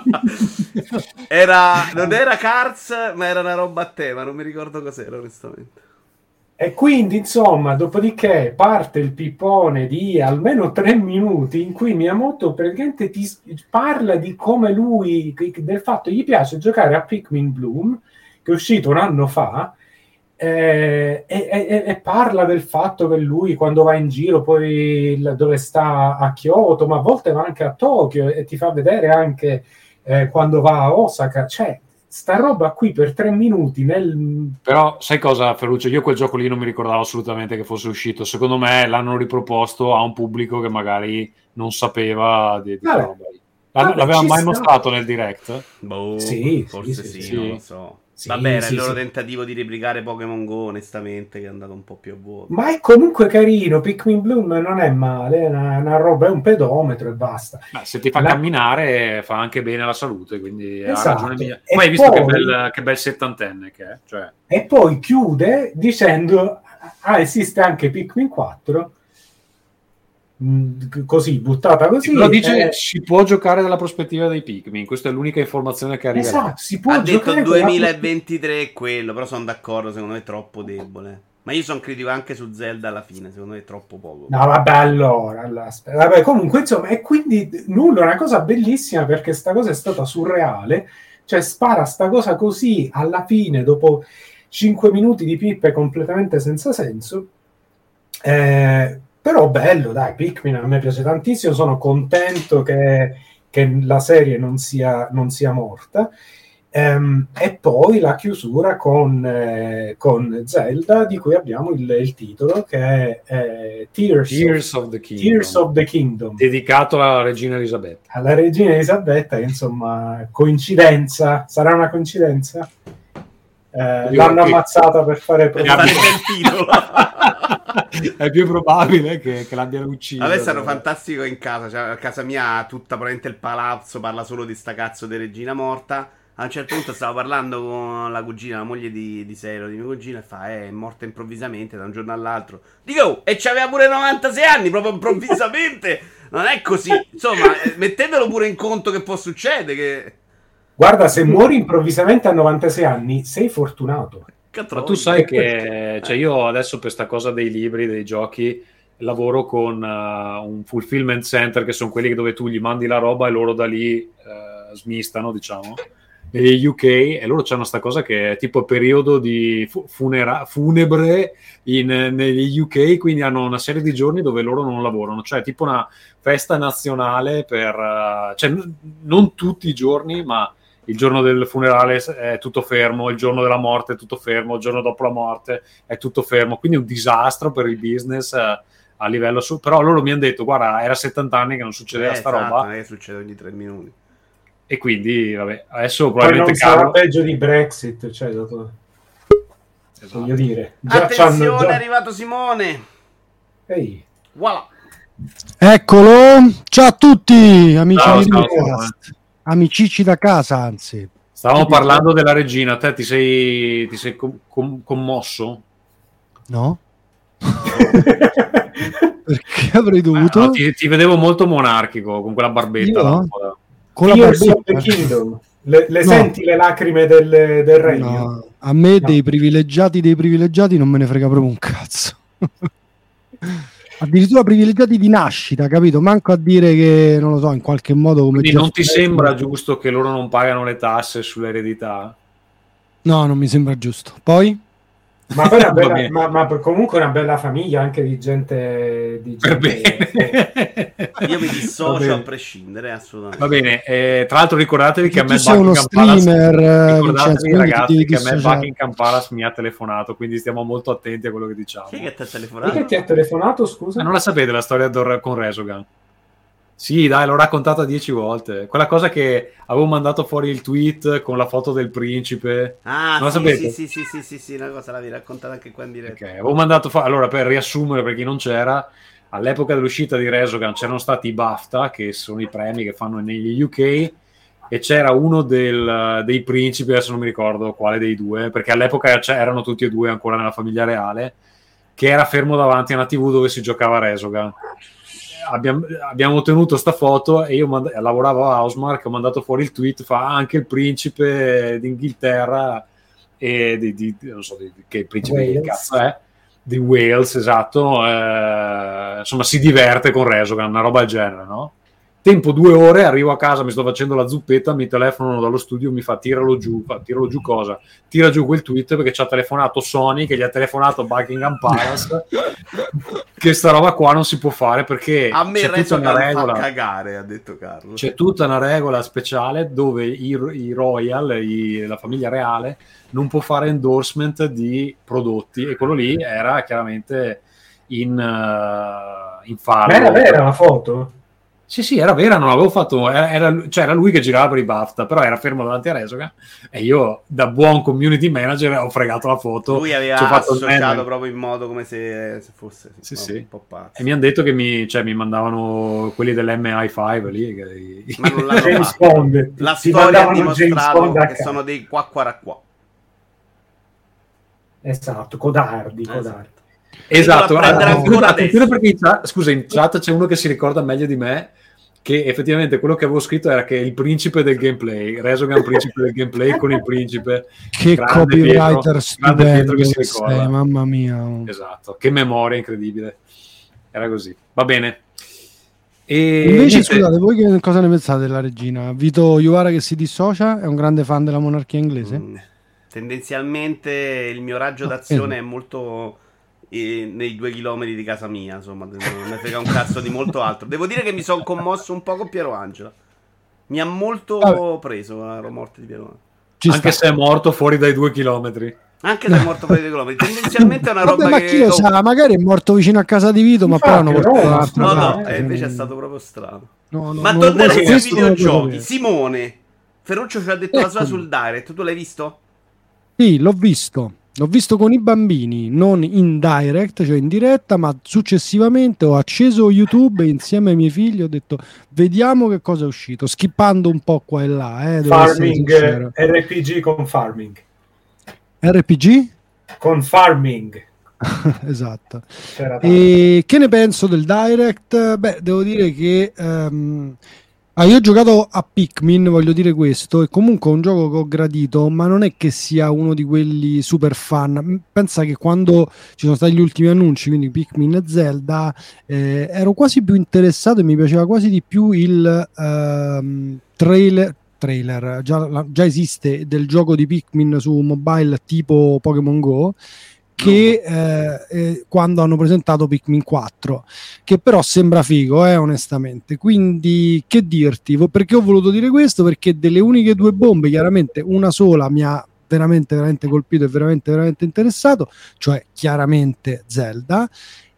Era, non era Cars, ma era una roba a tema, non mi ricordo cos'era, onestamente. E quindi, insomma, dopodiché parte il pippone di almeno tre minuti in cui Miyamoto praticamente ti parla di come lui, del fatto che gli piace giocare a Pikmin Bloom, che è uscito un anno fa, eh, e, e, e parla del fatto che lui quando va in giro, poi dove sta a Kyoto, ma a volte va anche a Tokyo, e ti fa vedere anche eh, quando va a Osaka, cioè sta roba qui per tre minuti nel... Però sai cosa, Ferruccio? Io quel gioco lì non mi ricordavo assolutamente che fosse uscito. Secondo me l'hanno riproposto a un pubblico che magari non sapeva di, di quella roba lì. Vabbè, L'aveva ci mai sta. mostrato nel direct? Boh, Sì, forse sì, sì, sì, non sì. lo so. Sì, Vabbè, era sì, il loro sì. tentativo di replicare Pokémon Go, onestamente, che è andato un po' più a vuoto. Ma è comunque carino, Pikmin Bloom non è male, è una, una roba, è un pedometro e basta. Beh, se ti fa La- camminare fa anche bene alla salute, quindi Esatto. ha ragione mia. E Poi hai visto poi- che bel, che bel settantenne che è? Cioè, E poi chiude dicendo, ah, esiste anche Pikmin quattro, Mm, così, buttata così. però dice eh, si può giocare dalla prospettiva dei Pikmin, questa è l'unica informazione che arriva. esatto, si può Ha detto giocare con la- duemilaventitré è quello, però sono d'accordo, secondo me è troppo debole. Ma io sono critico anche su Zelda alla fine, secondo me è troppo poco. No, vabbè, allora, allora, aspetta. Vabbè, comunque, insomma, e quindi nulla, una cosa bellissima perché sta cosa è stata surreale, cioè spara sta cosa così alla fine, dopo cinque minuti di pippe completamente senza senso, eh, però bello, dai, Pikmin a me piace tantissimo, sono contento che, che la serie non sia, non sia morta. Ehm, e poi la chiusura con, eh, con Zelda, di cui abbiamo il, il titolo che è eh, Tears, Tears of, of the Kingdom, Tears of the Kingdom, dedicato alla regina Elisabetta. alla regina Elisabetta. Insomma, coincidenza? Sarà una coincidenza? Eh, Io- l'hanno che- ammazzata per fare Per Abbiamo- fare il titolo. È più probabile che, che l'abbiano ucciso. A me stanno fantastico in casa, cioè a casa mia tutta probabilmente il palazzo parla solo di sta cazzo di regina morta. A un certo punto stavo parlando con la cugina, la moglie di, di Sero, di mio cugino, e fa, eh, è morta improvvisamente da un giorno all'altro. Dico, oh, e c'aveva pure novantasei anni, proprio improvvisamente. Non è così. Insomma, eh, mettetelo pure in conto che può succedere, che... Guarda, se muori improvvisamente a novantasei anni, sei fortunato. Ma tu sai che cioè io adesso per sta cosa dei libri, dei giochi, lavoro con uh, un fulfillment center, che sono quelli dove tu gli mandi la roba e loro da lì uh, smistano, diciamo, negli U K, e loro c'hanno sta cosa che è tipo periodo di fu- funera- funebre in, negli U K, quindi hanno una serie di giorni dove loro non lavorano, cioè tipo una festa nazionale per... Uh, cioè n- non tutti i giorni, ma... il giorno del funerale è tutto fermo, il giorno della morte è tutto fermo, il giorno dopo la morte è tutto fermo, quindi è un disastro per il business eh, a livello su. Però loro mi hanno detto, guarda, era settanta anni che non succedeva eh, sta esatto, roba, non è che succede ogni tre minuti. e quindi vabbè, adesso Poi probabilmente non sarà Carlo... peggio di Brexit, cioè, dopo... Esatto. voglio dire. Già Attenzione, c'hanno già... è arrivato Simone. Ehi. Voilà. Eccolo, ciao a tutti, amici Ciao, di ciao, Podcast. Amicici da casa, anzi. Stavamo parlando della regina, te ti sei, ti sei com- com- commosso? No? Perché avrei dovuto? Eh, no, ti, ti vedevo molto monarchico con quella barbetta. Io? là. Con la Tears of the barbetta? Kingdom. Le, le No. senti le lacrime del, del regno? No, a me dei privilegiati dei privilegiati non me ne frega proprio un cazzo. Addirittura privilegiati di nascita, capito? Manco a dire che, non lo so, in qualche modo come Quindi Jeff non ti Bezos- sembra giusto che loro non pagano le tasse sull'eredità? No, non mi sembra giusto. Poi? Ma poi una Va bella, bene. ma, ma comunque una bella famiglia anche di gente, di Per gente bene. Io mi Va dissocio bene. a prescindere, assolutamente. Va bene, eh, tra l'altro ricordatevi che a Tu me sei uno Buckingham Palace, streamer, eh, ricordatevi Vincenzo, quindi ti ragazzi devi che a me dissociare. Buckingham Palace mi ha telefonato, quindi stiamo molto attenti a quello che diciamo. Chi è che ti ha Perché telefonato? ti ha telefonato, scusa? Ma non la sapete la storia d'or- con Resogan? Sì, dai, l'ho raccontata dieci volte. Quella cosa che avevo mandato fuori il tweet con la foto del principe. Ah, Non la sì, sapete? sì, sì, sì, sì, sì, sì, una cosa l'avevi raccontata anche qua in diretta. Ok, avevo mandato fu- allora, per riassumere per chi non c'era, all'epoca dell'uscita di Resogan c'erano stati i BAFTA, che sono i premi che fanno negli U K, e c'era uno del- dei principi, adesso non mi ricordo quale dei due, perché all'epoca c'è- erano tutti e due ancora nella famiglia reale, che era fermo davanti a una tivù dove si giocava a Resogan. Abbiamo, abbiamo ottenuto sta foto e io mand- lavoravo a Housemark, ho mandato fuori il tweet, fa anche il principe d'Inghilterra e di, di- di- non so di, di che principe che Wales. cazzo è, di Wales, esatto, eh, insomma si diverte con Resogun, una roba del genere, no? Tempo due ore, arrivo a casa, mi sto facendo la zuppetta, mi telefonano dallo studio, mi fa tiralo giù, fa, tiralo giù cosa? Tira giù quel tweet perché ci ha telefonato Sony, che gli ha telefonato Buckingham Palace, che sta roba qua non si può fare perché a me c'è tutta una regola, fa cagare, ha detto Carlo. C'è tutta una regola speciale dove i, i royal, i, la famiglia reale, non può fare endorsement di prodotti e quello lì era chiaramente in, uh, in fallo. Ma era vera la foto? Sì, sì, era vera, non avevo fatto, era, era, cioè era lui che girava per i BAFTA, però era fermo davanti a Resogun e io, da buon community manager, ho fregato la foto. Lui aveva fatto associato proprio in modo come se, se fosse sì, no, sì. un po' pazzo. E mi hanno detto che mi, cioè, mi mandavano quelli dell'M I cinque lì. Che... Ma non l'hanno James fatto. Bond. La Ti storia ha mandavano James dimostrato Bond a che casa. sono dei qua qua qua. Esatto, codardi, Esatto. codardi. Esatto, a prendere allora, ancora attenzione adesso. perché in chat, scusa, in chat c'è uno che si ricorda meglio di me che effettivamente quello che avevo scritto era che il principe del gameplay, Resogun principe del gameplay con il principe. Che grande copywriter Pietro, stupendo grande Pietro che si che ricorda. sei, mamma mia. Esatto, che memoria incredibile. Era così. Va bene. E Invece, niente, scusate, voi che cosa ne pensate della regina? Vito Iuvara che si dissocia? È un grande fan della monarchia inglese? Mm, tendenzialmente il mio raggio d'azione è molto eh, nei due chilometri di casa mia, insomma, non mi frega un cazzo di molto altro. Devo dire che mi sono commosso un po' con Piero Angela. Mi ha molto Vabbè. preso la morte di Piero Angela. Ci anche sta. se è morto fuori dai due chilometri. Anche se è morto per i chilometri. Tendenzialmente è una roba Vabbè, ma che... chi lo sa, magari è morto vicino a casa di Vito, ma Infatti, poi hanno portato no, un'altra No, no, parte. e invece è stato proprio strano. No, no, Ma non lo puoi- tornerei sui questo non lo puoi videogiochi. sapere. Simone, Ferruccio ci ha detto la sua Eccomi. sul Direct. Tu l'hai visto? Sì, l'ho visto. L'ho visto con i bambini, non in direct, cioè in diretta, ma successivamente ho acceso YouTube e insieme ai miei figli ho detto vediamo che cosa è uscito, skippando un po' qua e là. Eh, devo essere Farming, sincero. eh, R P G con farming. R P G? Con farming. Esatto. C'era tanto. E che ne penso del Direct? Beh, devo dire che ehm, ah, io ho giocato a Pikmin, voglio dire questo, e comunque è un gioco che ho gradito, ma non è che sia uno di quelli super fan. Pensa che quando ci sono stati gli ultimi annunci, quindi Pikmin e Zelda, eh, ero quasi più interessato e mi piaceva quasi di più il ehm, trailer. trailer già, la- già esiste del gioco di Pikmin su mobile tipo Pokémon Go, che eh, eh, quando hanno presentato Pikmin quattro, che però sembra figo, eh, onestamente. Quindi che dirti, Vo- perché ho voluto dire questo? Perché delle uniche due bombe, chiaramente una sola mi ha veramente veramente colpito e veramente veramente interessato, cioè chiaramente Zelda,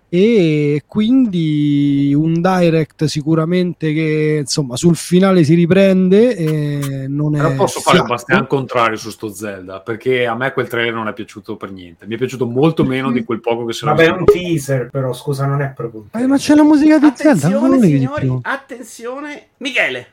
e quindi un Direct sicuramente che insomma sul finale si riprende e non Però è posso fare il fiacco. bastian contrario su sto Zelda, perché a me quel trailer non è piaciuto per niente. Mi è piaciuto molto meno di quel poco che se ne Vabbè, è un teaser, però scusa, non è proprio un Eh, ma c'è la musica di Zelda, non Attenzione, volevi di signori, più. attenzione. Michele.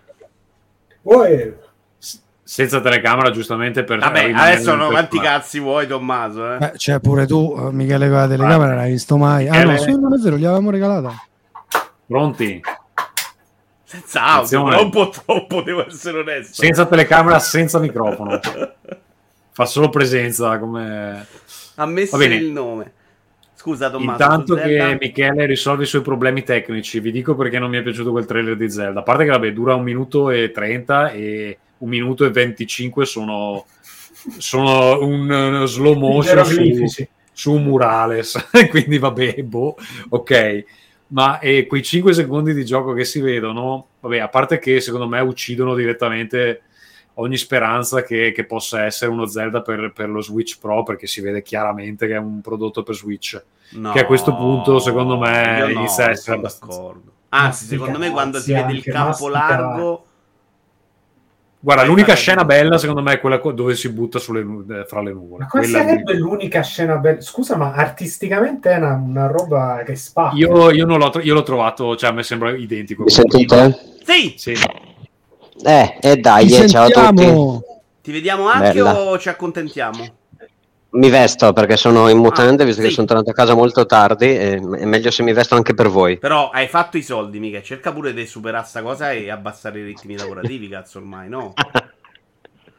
Uè, senza telecamera, giustamente per Vabbè, rimanere adesso nel no, quanti personaggio. cazzi vuoi, Tommaso? Eh? Eh, cioè pure tu, eh, Michele, con la telecamera l'hai visto mai? Ah no, Michele? sì, non è vero, gliel'avevamo regalata. Pronti? Senza audio, Attenzione. però un po' troppo, devo essere onesto. Senza telecamera, senza microfono. Fa solo presenza come... Ha messo Va bene. il nome. Scusa, Tommaso. Intanto su Zelda? che Michele risolve i suoi problemi tecnici, vi dico perché non mi è piaciuto quel trailer di Zelda. A parte che vabbè, dura un minuto e trenta e un minuto e venticinque sono, sono un uh, slow motion su, geroglifici. su un murales. Quindi vabbè, boh, ok. Ma eh, quei cinque secondi di gioco che si vedono, vabbè, a parte che secondo me uccidono direttamente ogni speranza che, che possa essere uno Zelda per, per lo Switch Pro, perché si vede chiaramente che è un prodotto per Switch. No, che a questo punto, secondo me, io no, inizia a essere sono abbastanza... d'accordo. Anzi, Mastica secondo me quando si cazzi vede il anche, campo mastica. largo... Guarda, Hai l'unica fatto scena bene. bella, secondo me, è quella co- dove si butta sulle nu- eh, fra le nuvole. Ma quale Quella sarebbe lì. l'unica scena bella? Scusa, ma artisticamente è una, una roba che spacca. Io, io, non l'ho, tro- io l'ho trovato, cioè a me sembra identico. Mi sentite? Sì, Sì. Eh, e dai, Ci eh, ciao a tutti. sentiamo. ti vediamo anche Bella. o ci accontentiamo? Mi vesto perché sono in mutande, Ah, visto sì. che sono tornato a casa molto tardi, e è meglio se mi vesto anche per voi. Però hai fatto i soldi, mica. Cerca pure di superare sta cosa e abbassare i ritmi lavorativi, cazzo, ormai, no?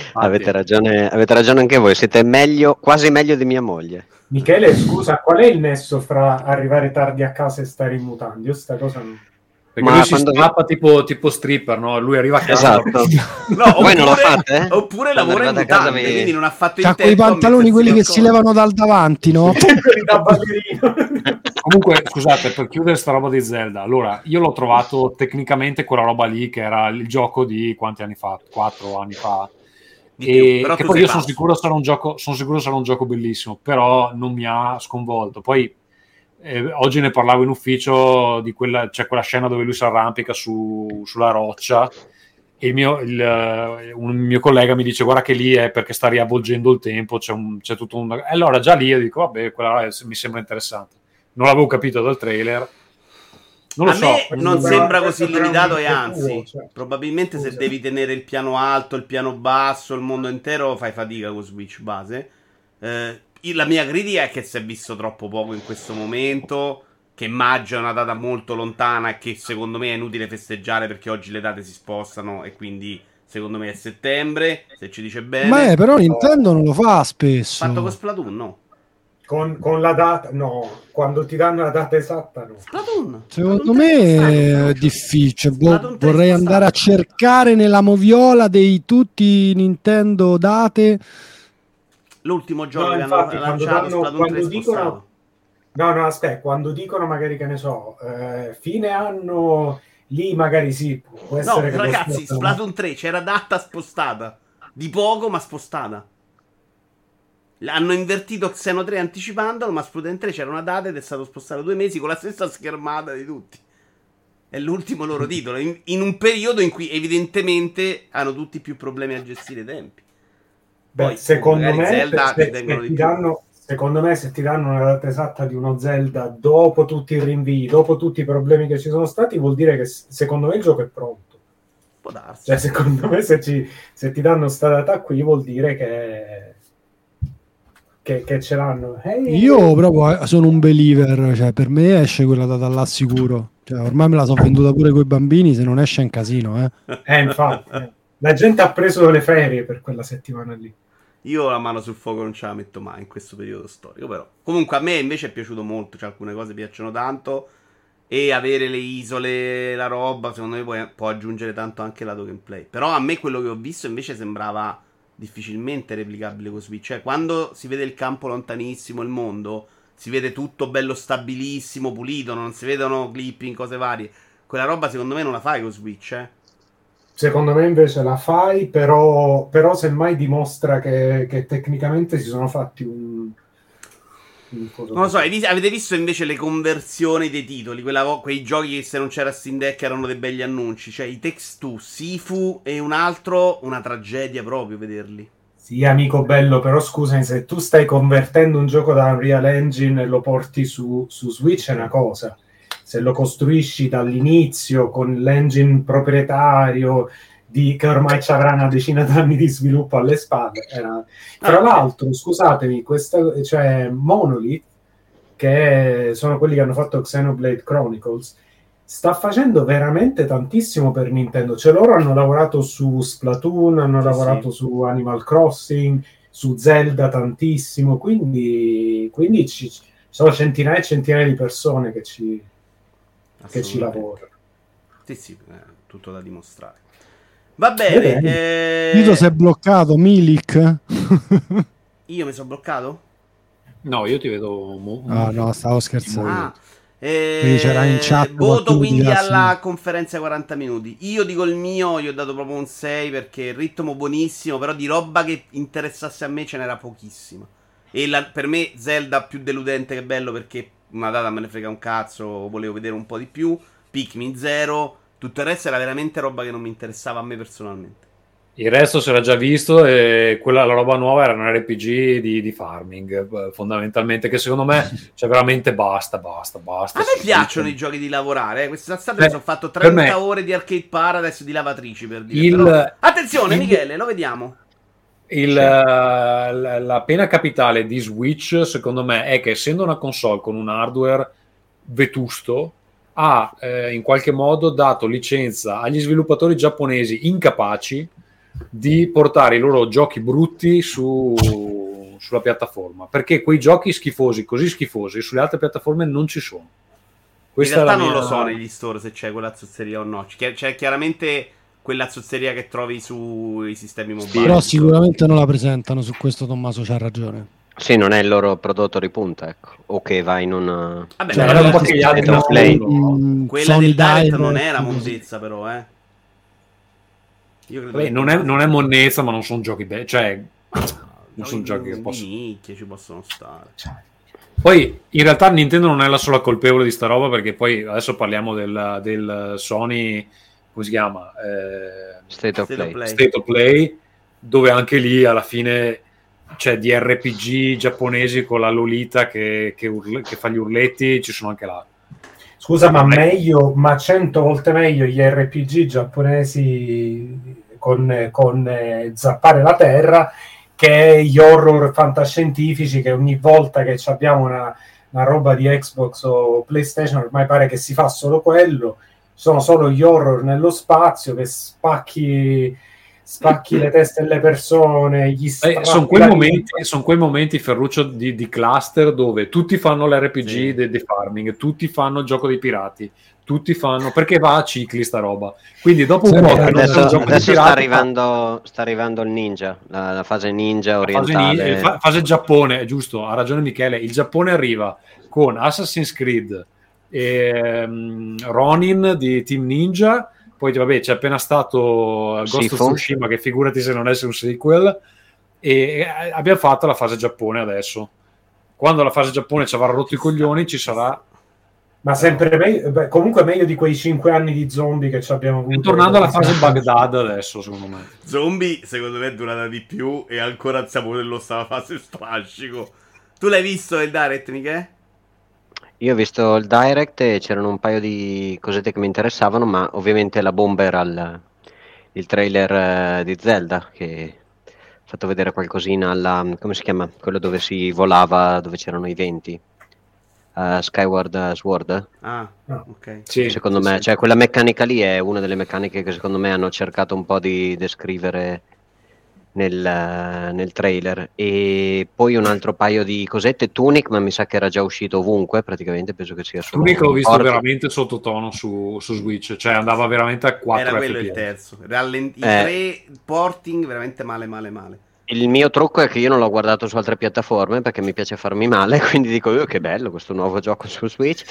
avete ragione, avete ragione anche voi, siete meglio, quasi meglio di mia moglie. Michele, scusa, qual è il nesso fra arrivare tardi a casa e stare in mutande? Io sta cosa non... Perché Ma lui si quando- strappa tipo, tipo stripper, no? Lui arriva a casa. Esatto. No, Voi non lo oppure- fate? Oppure Quando lavora in arrivate a casa mutande, vi- quindi non ha fatto C'ha il quei tempo a pantaloni quelli che mettersi si levano dal davanti, no? Quelli da ballerino. Comunque, scusate, per chiudere sta roba di Zelda, allora, io l'ho trovato tecnicamente quella roba lì che era il gioco di quanti anni fa? Quattro anni fa. Di E più, però che tu poi sei io sono pazzo. sicuro sarà un gioco, sono sicuro sarà un gioco bellissimo, però non mi ha sconvolto. Poi eh, oggi ne parlavo in ufficio di quella, c'è quella scena dove lui si arrampica su, sulla roccia e il mio, il, eh, un mio collega mi dice guarda che lì è perché sta riavvolgendo il tempo, c'è, un, c'è tutto un... Allora già lì io dico vabbè, quella è- mi sembra interessante. Non l'avevo capito dal trailer. Non lo A so. me non Questo sembra però- così questo però limitato è e un anzi, tuo, cioè. probabilmente se Scusa. devi tenere il piano alto, il piano basso, il mondo intero, fai fatica con Switch base. Eh, io- la mia critica è che si è visto troppo poco in questo momento, che maggio è una data molto lontana e che secondo me è inutile festeggiare perché oggi le date si spostano e quindi secondo me è settembre, se ci dice bene. Ma è, però Nintendo non lo fa spesso. Fatto con Splatoon, no? Con, con la data, no, quando ti danno la data esatta, no. Splatoon. Secondo Splatoon tre me spostato, è difficile. Boh, Splatoon tre vorrei spostato. andare a cercare nella moviola dei tutti i Nintendo date. L'ultimo gioco No, che infatti, hanno quando lanciato, danno- Splatoon tre quando dicono- spostato. No, no, aspetta, quando dicono magari che ne so, eh, fine anno, lì magari sì, può No, essere che lo ragazzi, spostano. Splatoon tre c'era data spostata. Di poco, ma spostata. Hanno invertito Xeno tre anticipandolo, ma Splatoon tre c'era una data ed è stato spostato due mesi con la stessa schermata di tutti. È l'ultimo loro titolo, in, in un periodo in cui evidentemente hanno tutti più problemi a gestire i tempi. Beh, Poi, secondo magari me, Zelda se, ci tengono se di ti più. danno, secondo me, se ti danno una data esatta di uno Zelda dopo tutti i rinvii, dopo tutti i problemi che ci sono stati, vuol dire che s- secondo me il gioco è pronto. Può darsi. Cioè, secondo me, se, ci, se ti danno sta data qui, vuol dire che, che, che ce l'hanno. Ehi, Io proprio eh, sono un believer, cioè per me esce quella data là sicuro. Cioè, ormai me la sono venduta pure coi bambini, se non esce è un casino, eh. Eh, infatti, eh. La gente ha preso le ferie per quella settimana lì. Io la mano sul fuoco non ce la metto mai in questo periodo storico, però. Comunque a me invece è piaciuto molto, cioè alcune cose piacciono tanto e avere le isole, la roba, secondo me può, può aggiungere tanto anche lato gameplay. Però a me quello che ho visto invece sembrava difficilmente replicabile con Switch. Cioè quando si vede il campo lontanissimo, il mondo, si vede tutto bello stabilissimo, pulito, non si vedono clipping, cose varie. Quella roba secondo me non la fai con Switch, eh. Secondo me invece la fai, però, però semmai dimostra che, che tecnicamente si sono fatti un... un coso Non lo so, così. hai vis- avete visto invece le conversioni dei titoli? Quella vo- quei giochi che se non c'era Steam Deck erano dei begli annunci. Cioè i Takes Two, Sifu e un altro, una tragedia proprio vederli. Sì, amico bello, però scusami, se tu stai convertendo un gioco da Unreal Engine e lo porti su, su Switch è una cosa. Se lo costruisci dall'inizio con l'engine proprietario di, che ormai ci avrà una decina d'anni di sviluppo alle spalle. Era... Tra Ah, l'altro, scusatemi, questa, cioè Monolith, che sono quelli che hanno fatto Xenoblade Chronicles, sta facendo veramente tantissimo per Nintendo. Cioè loro hanno lavorato su Splatoon, hanno Sì, lavorato su Animal Crossing, su Zelda tantissimo, quindi, quindi ci ci sono centinaia e centinaia di persone che ci, che ci assolutamente. lavorano. Sì, sì, eh, tutto da dimostrare. Va bene. bene. eh, Tito si è bloccato, Milik. Io mi sono bloccato? No, io ti vedo... mo- Ah no, stavo scherzando. Ah, eh, Quindi c'era in chat voto qualcuno quindi dirà sì. alla conferenza quaranta minuti. Io dico il mio, io ho dato proprio un sei perché il ritmo buonissimo, però di roba che interessasse a me ce n'era pochissima. E la- per me Zelda più deludente che bello perché una data me ne frega un cazzo, volevo vedere un po' di più. Pikmin zero, tutto il resto era veramente roba che non mi interessava a me personalmente. Il resto si era già visto e quella la roba nuova era un R P G di, di farming, eh, fondamentalmente, che secondo me cioè veramente basta, basta, basta. A me Sì, piacciono sì. i giochi di lavorare, eh. Quest'estate Beh, mi sono fatto per trenta me- ore di Arcade Paradise di lavatrici per dire. Il- Però- Attenzione il- Michele, lo vediamo. Il, eh, la, la pena capitale di Switch, secondo me, è che essendo una console con un hardware vetusto, ha eh, in qualche modo dato licenza agli sviluppatori giapponesi incapaci di portare i loro giochi brutti su, sulla piattaforma, perché quei giochi schifosi, così schifosi, sulle altre piattaforme non ci sono. Questa in realtà è la non mia... lo so negli store se c'è quella zozzeria o no. C'è, c'è chiaramente quella zozzeria che trovi sui sistemi mobile. Però sicuramente non la presentano, su questo Tommaso c'ha ragione. Sì, non è il loro prodotto di punta, ecco. O che va in una... Vabbè, Cioè, però era un po' che gli altri non play. Mm, quella Sony del Direct Direct, non era così. mondezza, però, eh. Io credo Vabbè, che- non, è, non è monnezza, ma non sono giochi belli, cioè non Giochi sono giochi che di posso... nicchia ci possono stare. Poi in realtà Nintendo non è la sola colpevole di sta roba, perché poi adesso parliamo del, del Sony, come si chiama? Eh, State of State of Play. Play. State of Play, dove anche lì alla fine c'è di R P G giapponesi con la Lolita che, che, urle, che fa gli urletti, ci sono anche là. Scusa, ma meglio, ma cento volte meglio gli R P G giapponesi con, con eh, zappare la terra che gli horror fantascientifici che ogni volta che abbiamo una, una roba di Xbox o PlayStation ormai pare che si fa solo quello, sono solo gli horror nello spazio che spacchi spacchi le teste delle persone, gli Eh, sono quei momenti, son quei momenti Ferruccio di, di cluster dove tutti fanno l'R P G Sì. di de farming, tutti fanno il gioco dei pirati, tutti fanno, perché va a cicli sta roba, quindi dopo un Sì, po' beh, che non c'è Adesso, un gioco dei adesso pirati, sta, arrivando, sta arrivando il ninja, la, la fase ninja fa- fase, orientale. ni- fa- fase Giappone, è giusto, ha ragione Michele, il Giappone arriva con Assassin's Creed, ehm, Ronin di Team Ninja, poi vabbè c'è appena stato Ghost of Sifu. Tsushima, che figurati se non è un sequel, e eh, abbiamo fatto la fase Giappone adesso. Quando la fase Giappone ci avrà rotto i coglioni ci sarà... Ma sempre meglio, beh, comunque meglio di quei cinque anni di zombie che ci abbiamo avuto. Tornando alla fase Baghdad adesso, secondo me. Zombie, secondo me, è durata di più e ancora siamo nello stava fase strascico. Tu l'hai visto il Direct, Michele? Io ho visto il Direct e c'erano un paio di cosette che mi interessavano, ma ovviamente la bomba era il, il trailer eh, di Zelda, che ha fatto vedere qualcosina alla... come si chiama? Quello dove si volava, dove c'erano i venti. Uh, Skyward Sword? Ah, No. ok. Sì, Secondo sì, me, sì. cioè quella meccanica lì è una delle meccaniche che secondo me hanno cercato un po' di descrivere nel, eh, nel trailer. E poi un altro paio di cosette. Tunic, ma mi sa che era già uscito ovunque, praticamente penso che sia solo L'unico l'ho un visto port. veramente sottotono su, su Switch, cioè andava veramente a quattro Era quello il F P S. terzo. Rallen- I Eh. tre porting veramente male, male, male. Il mio trucco è che io non l'ho guardato su altre piattaforme perché mi piace farmi male, quindi dico oh, che bello questo nuovo gioco su Switch.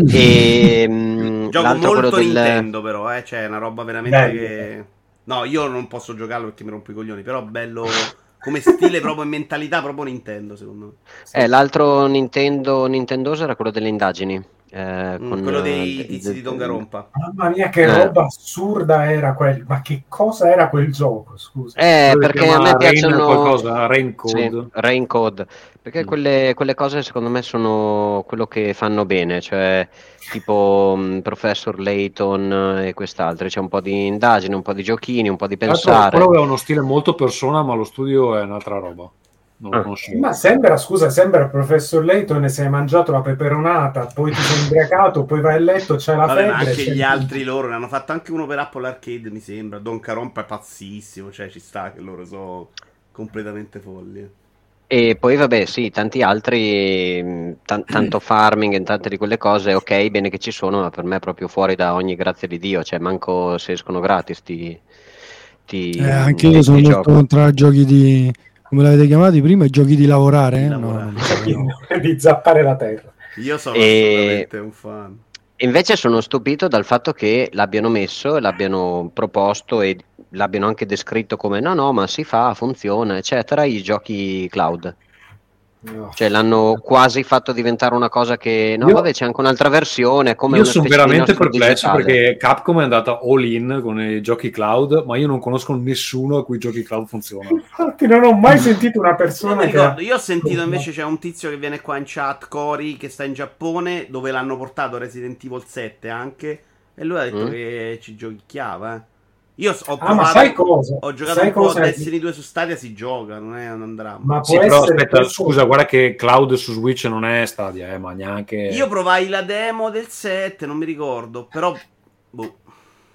E mh, Gioco l'altro molto quello del... Nintendo, però, eh. Cioè, è una roba veramente Bello. che... No, io non posso giocarlo perché mi rompo i coglioni, però bello come stile proprio e mentalità proprio Nintendo, secondo me. Eh, l'altro Nintendo Nintendoso era quello delle indagini. Eh, Mm, con, quello eh, dei de- tizi de- di Tongarompa. Mamma mia, che Eh. roba assurda era quel. Ma che cosa era quel gioco? Scusa. Eh, Quello si perché a chiama me Rain piacciono qualcosa, Rain Code. Sì, Rain Code. Perché Mm. quelle, quelle cose secondo me sono quello che fanno bene, cioè tipo mh, Professor Layton e quest'altro, c'è un po' di indagine, un po' di giochini, un po' di Tra l'altro, pensare. quello aveva uno stile molto persona, ma lo studio è un'altra roba. Non lo Ah. conoscevo. Ma sembra, scusa, sembra il professor Layton e si è mangiato la peperonata, poi ti sei imbriacato, poi vai a letto, c'è la Vabbè, ma febbre. anche c'è- gli altri loro ne hanno fatto anche uno per Apple Arcade, mi sembra. Don Carompa è pazzissimo, cioè ci sta che loro sono completamente folli. E poi vabbè, sì, tanti altri, mh, tan- tanto farming e tante di quelle cose, ok, bene che ci sono, ma per me è proprio fuori da ogni grazia di Dio, cioè manco se escono gratis ti, ti, Eh, anche ti- io sono ti molto gioco. contro i giochi di, come l'avete chiamati prima, i giochi di lavorare. Di eh? lavorare. No, no, no. di zappare la terra. Io sono E- assolutamente un fan. Invece sono stupito dal fatto che l'abbiano messo, e l'abbiano proposto e l'abbiano anche descritto come no, no, ma si fa, funziona, eccetera, i giochi cloud. No. Cioè l'hanno quasi fatto diventare una cosa che no, Io- vabbè, c'è anche un'altra versione, come Io una sono specie di veramente nostro perplesso digitale. perché Capcom è andata all in con i giochi cloud, ma io non conosco nessuno a cui i giochi cloud funzionano. Infatti non ho mai sentito una Non persona mi che... ricordo, io ho sentito invece c'è un tizio che viene qua in chat, Cory, che sta in Giappone, dove l'hanno portato Resident Evil sette anche, e lui ha detto Mm. che ci giochicchiava, eh. Io ho Ah, provato, ma sai cosa? ho giocato Sai un po' cosa? Destiny due su Stadia, si gioca, non è un dramma. Ma Sì, può però essere aspetta, questo- scusa, guarda che cloud su Switch non è Stadia, eh, ma neanche... Io provai la demo del sette, non mi ricordo, però boh.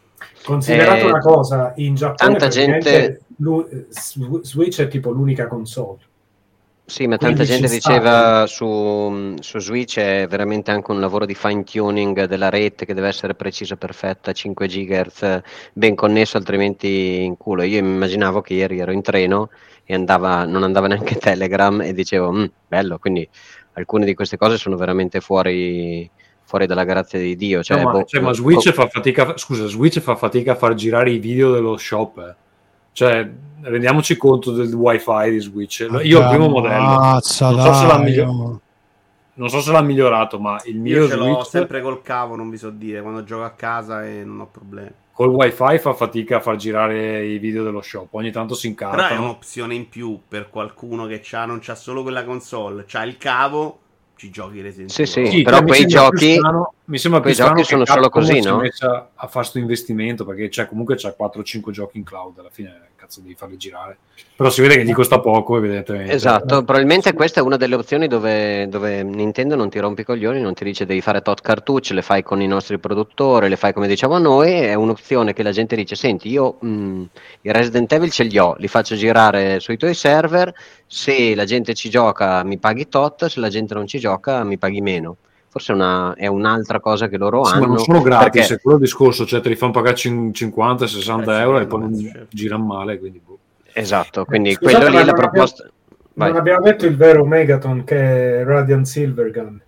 Considerato Eh, una cosa, in Giappone tanta praticamente gente- lu- Sw- Switch è tipo l'unica console. Sì, ma Quindi tanta gente ci sta. diceva su, su Switch è veramente anche un lavoro di fine tuning della rete che deve essere precisa, perfetta, cinque gigahertz, ben connesso, altrimenti in culo. Io immaginavo che ieri ero in treno e andava, non andava neanche Telegram e dicevo, "Mm, bello", quindi alcune di queste cose sono veramente fuori, fuori dalla grazia di Dio. Cioè, No, ma, boh, cioè, ma co- Switch fa fatica, scusa, Switch fa fatica a far girare i video dello shop. eh. Cioè, rendiamoci conto del wifi di Switch. Io ho il primo modello. Mazza, Non so se l'ha dai, miglio- oh. Non so se l'ha migliorato, ma il mio Io ce l'ho Switch sempre col cavo, non vi so dire, quando gioco a casa e non ho problemi. col wifi fa fatica a far girare i video dello shop. Ogni tanto si Però è incartano. un'opzione in più per qualcuno che c'ha, non c'ha solo quella console, c'ha il cavo, ci giochi Resident Sì, Evil. sì, Sì, però cioè, mi quei sembra più giochi- strano- mi sembra più quei strano giochi che sono solo Capcom così, si è no? messa a fare questo investimento, perché cioè, comunque c'ha quattro cinque giochi in cloud, alla fine cazzo devi farli girare. Però si vede che gli costa poco, evidentemente. Esatto, probabilmente questa è una delle opzioni dove, dove Nintendo non ti rompe i coglioni, non ti dice devi fare tot cartucce, le fai con i nostri produttori, le fai come diciamo noi, è un'opzione che la gente dice, senti, io mh, i Resident Evil ce li ho, li faccio girare sui tuoi server, se la gente ci gioca mi paghi tot, se la gente non ci gioca mi paghi meno. Forse è, una, è un'altra cosa che loro Sì, hanno. ma non sono gratis, perché- è quello il discorso, cioè te li fanno pagare cin- cinquanta sessanta Eh sì, euro e no, poi non certo. girano male, quindi boh. Esatto, quindi Scusate, quello lì ma è la non proposta. Vai. Non abbiamo detto il vero Megaton, che è Radiant Silvergun.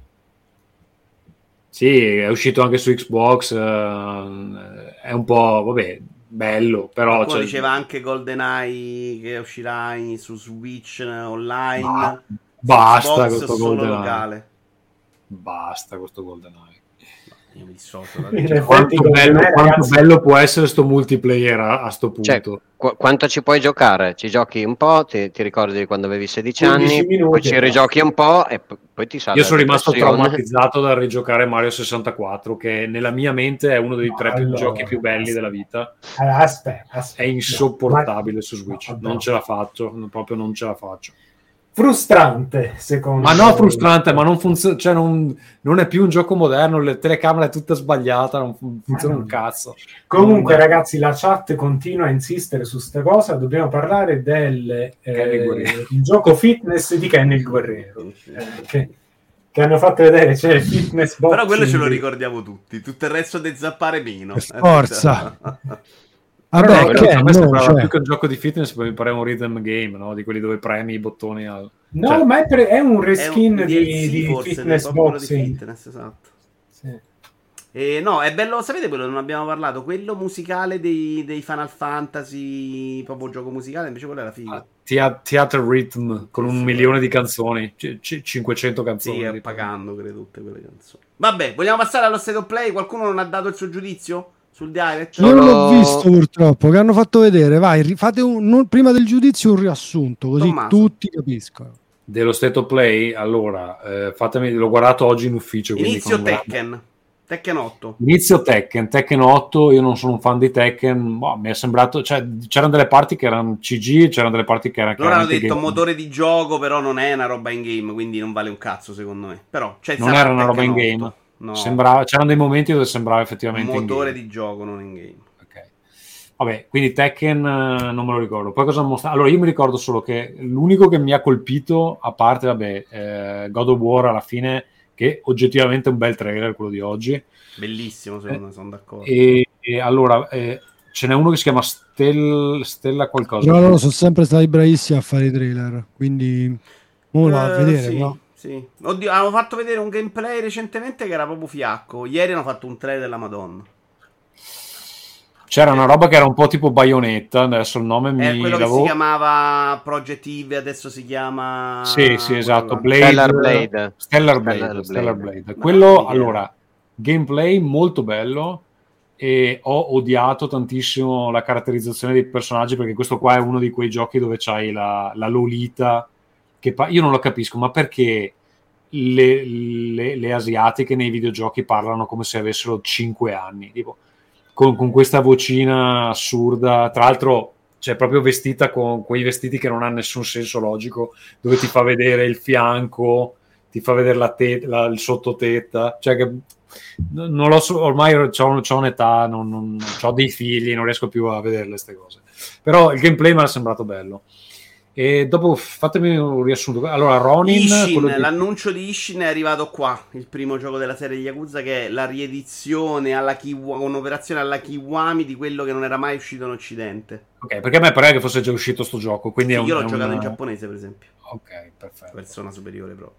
Sì, è uscito anche su Xbox, eh, è un po', vabbè, bello, però... Qualcuno cioè, diceva anche GoldenEye che uscirà in- su Switch eh, online. Ba- su basta Xbox questo solo GoldenEye. locale. Basta questo GoldenEye. Io mi dissocio da In dire. effetti, Quanto, bello, GoldenEye, quanto ragazzi, bello può essere sto multiplayer a, a sto punto. Cioè, qu- quanto ci puoi giocare? Ci giochi un po', ti, ti ricordi di quando avevi sedici quindici anni, minuti poi e ci basta. rigiochi un po' e p- poi ti sale Io la sono rimasto depressione. traumatizzato dal rigiocare Mario sessantaquattro, che nella mia mente è uno dei tre più- Allora, giochi più belli della vita. Allora, aspetta, aspetta. È insopportabile Ma- su Switch, no, non vabbè. ce la faccio, proprio non ce la faccio. Frustrante, secondo Ma no, me. frustrante, ma non funziona, cioè non, non è più un gioco moderno, la telecamera è tutta sbagliata, non fun- funziona un cazzo. Comunque, Non- ragazzi, la chat continua a insistere su sta cosa. Dobbiamo parlare del Kenny eh, Guerrero. il gioco fitness di Kenny il Guerrero. eh, che, che hanno fatto vedere, c'è il fitness boxing. Però quello ce lo ricordiamo tutti, tutto il resto di zappare meno. Per forza. Però Vabbè, no, che a me no, sembrava cioè, più che un gioco di fitness, poi mi pare un rhythm game, no? Di quelli dove premi i bottoni al... No, cioè- ma è, per- è un È un reskin D L C di, di forse, fitness proprio quello di boxing. fitness, esatto. Sì. E no, è bello, sapete quello, non abbiamo parlato, quello musicale dei, dei Final Fantasy, proprio gioco musicale, invece quello era figo. Thea- Theater Rhythm con un Sì, sì, milione quello. di canzoni, c- c- cinquecento canzoni. Sì, è tipo. pagando, credo, tutte quelle canzoni. Vabbè, vogliamo passare allo state of play? Qualcuno non ha dato il suo giudizio sul direct? io non l'ho Solo- visto purtroppo, che hanno fatto vedere. Vai, ri- fate un, non- prima del giudizio un riassunto, così Tommaso. tutti capiscono. Dello State of Play, allora, eh, fatemi, l'ho guardato oggi in ufficio. quindi Inizio con- Tekken. Tekken otto. Inizio Tekken, Tekken otto, io non sono un fan di Tekken, boh, mi è sembrato, cioè, c'erano delle parti che erano C G, c'erano delle parti che erano Loro hanno chiaramente detto game. motore di gioco, però non è una roba in game, quindi non vale un cazzo secondo me. Però, cioè, Non sarà era una roba in Tekken game, otto. No, sembrava, c'erano dei momenti dove sembrava effettivamente in motore game. di gioco, non in game. Ok. Vabbè, quindi Tekken eh, non me lo ricordo. Poi cosa hanno mostrato? Allora, io mi ricordo solo che l'unico che mi ha colpito, a parte, vabbè, eh, God of War alla fine, che oggettivamente è un bel trailer quello di oggi. Bellissimo, secondo me, sono d'accordo. E, e allora, eh, ce n'è uno che si chiama Stel- Stella qualcosa. Però loro sono sempre stati bravissimi a fare i trailer, quindi ora a Eh, vedere. sì, però. sì. Oddio, hanno fatto vedere un gameplay recentemente che era proprio fiacco. Ieri hanno fatto un trailer della Madonna. C'era una roba che era un po' tipo Bayonetta, adesso il nome mi... È quello che l'avevo- si chiamava Project Eve, adesso si chiama... Sì, sì, esatto, quello là. Blade, Stellar Blade. Stellar Blade, Stellar Stellar Blade. Blade. Ma Quello, non mi viene. allora, gameplay molto bello e ho odiato tantissimo la caratterizzazione dei personaggi, perché questo qua è uno di quei giochi dove c'hai la, la Lolita, che pa- io non lo capisco, ma perché le, le- le asiatiche nei videogiochi parlano come se avessero cinque anni, tipo, con, con questa vocina assurda, tra l'altro cioè proprio vestita con quei vestiti che non hanno nessun senso logico, dove ti fa vedere il fianco ti fa vedere la te- la, il sottotetta, cioè che non lo so, ormai c'ho, c'ho un'età, non, non, ho dei figli, non riesco più a vederle queste cose, però il gameplay mi è sembrato bello. E dopo fatemi un riassunto. Allora, Ronin, Ishin, di... l'annuncio di Ishin è arrivato qua, il primo gioco della serie Yakuza, che è la riedizione alla Kiwa- un'operazione alla Kiwami di quello che non era mai uscito in Occidente. Ok, perché a me pareva che fosse già uscito sto gioco, quindi sì, è un, io l'ho è giocato una... in giapponese, per esempio. Ok, perfetto. Persona superiore proprio.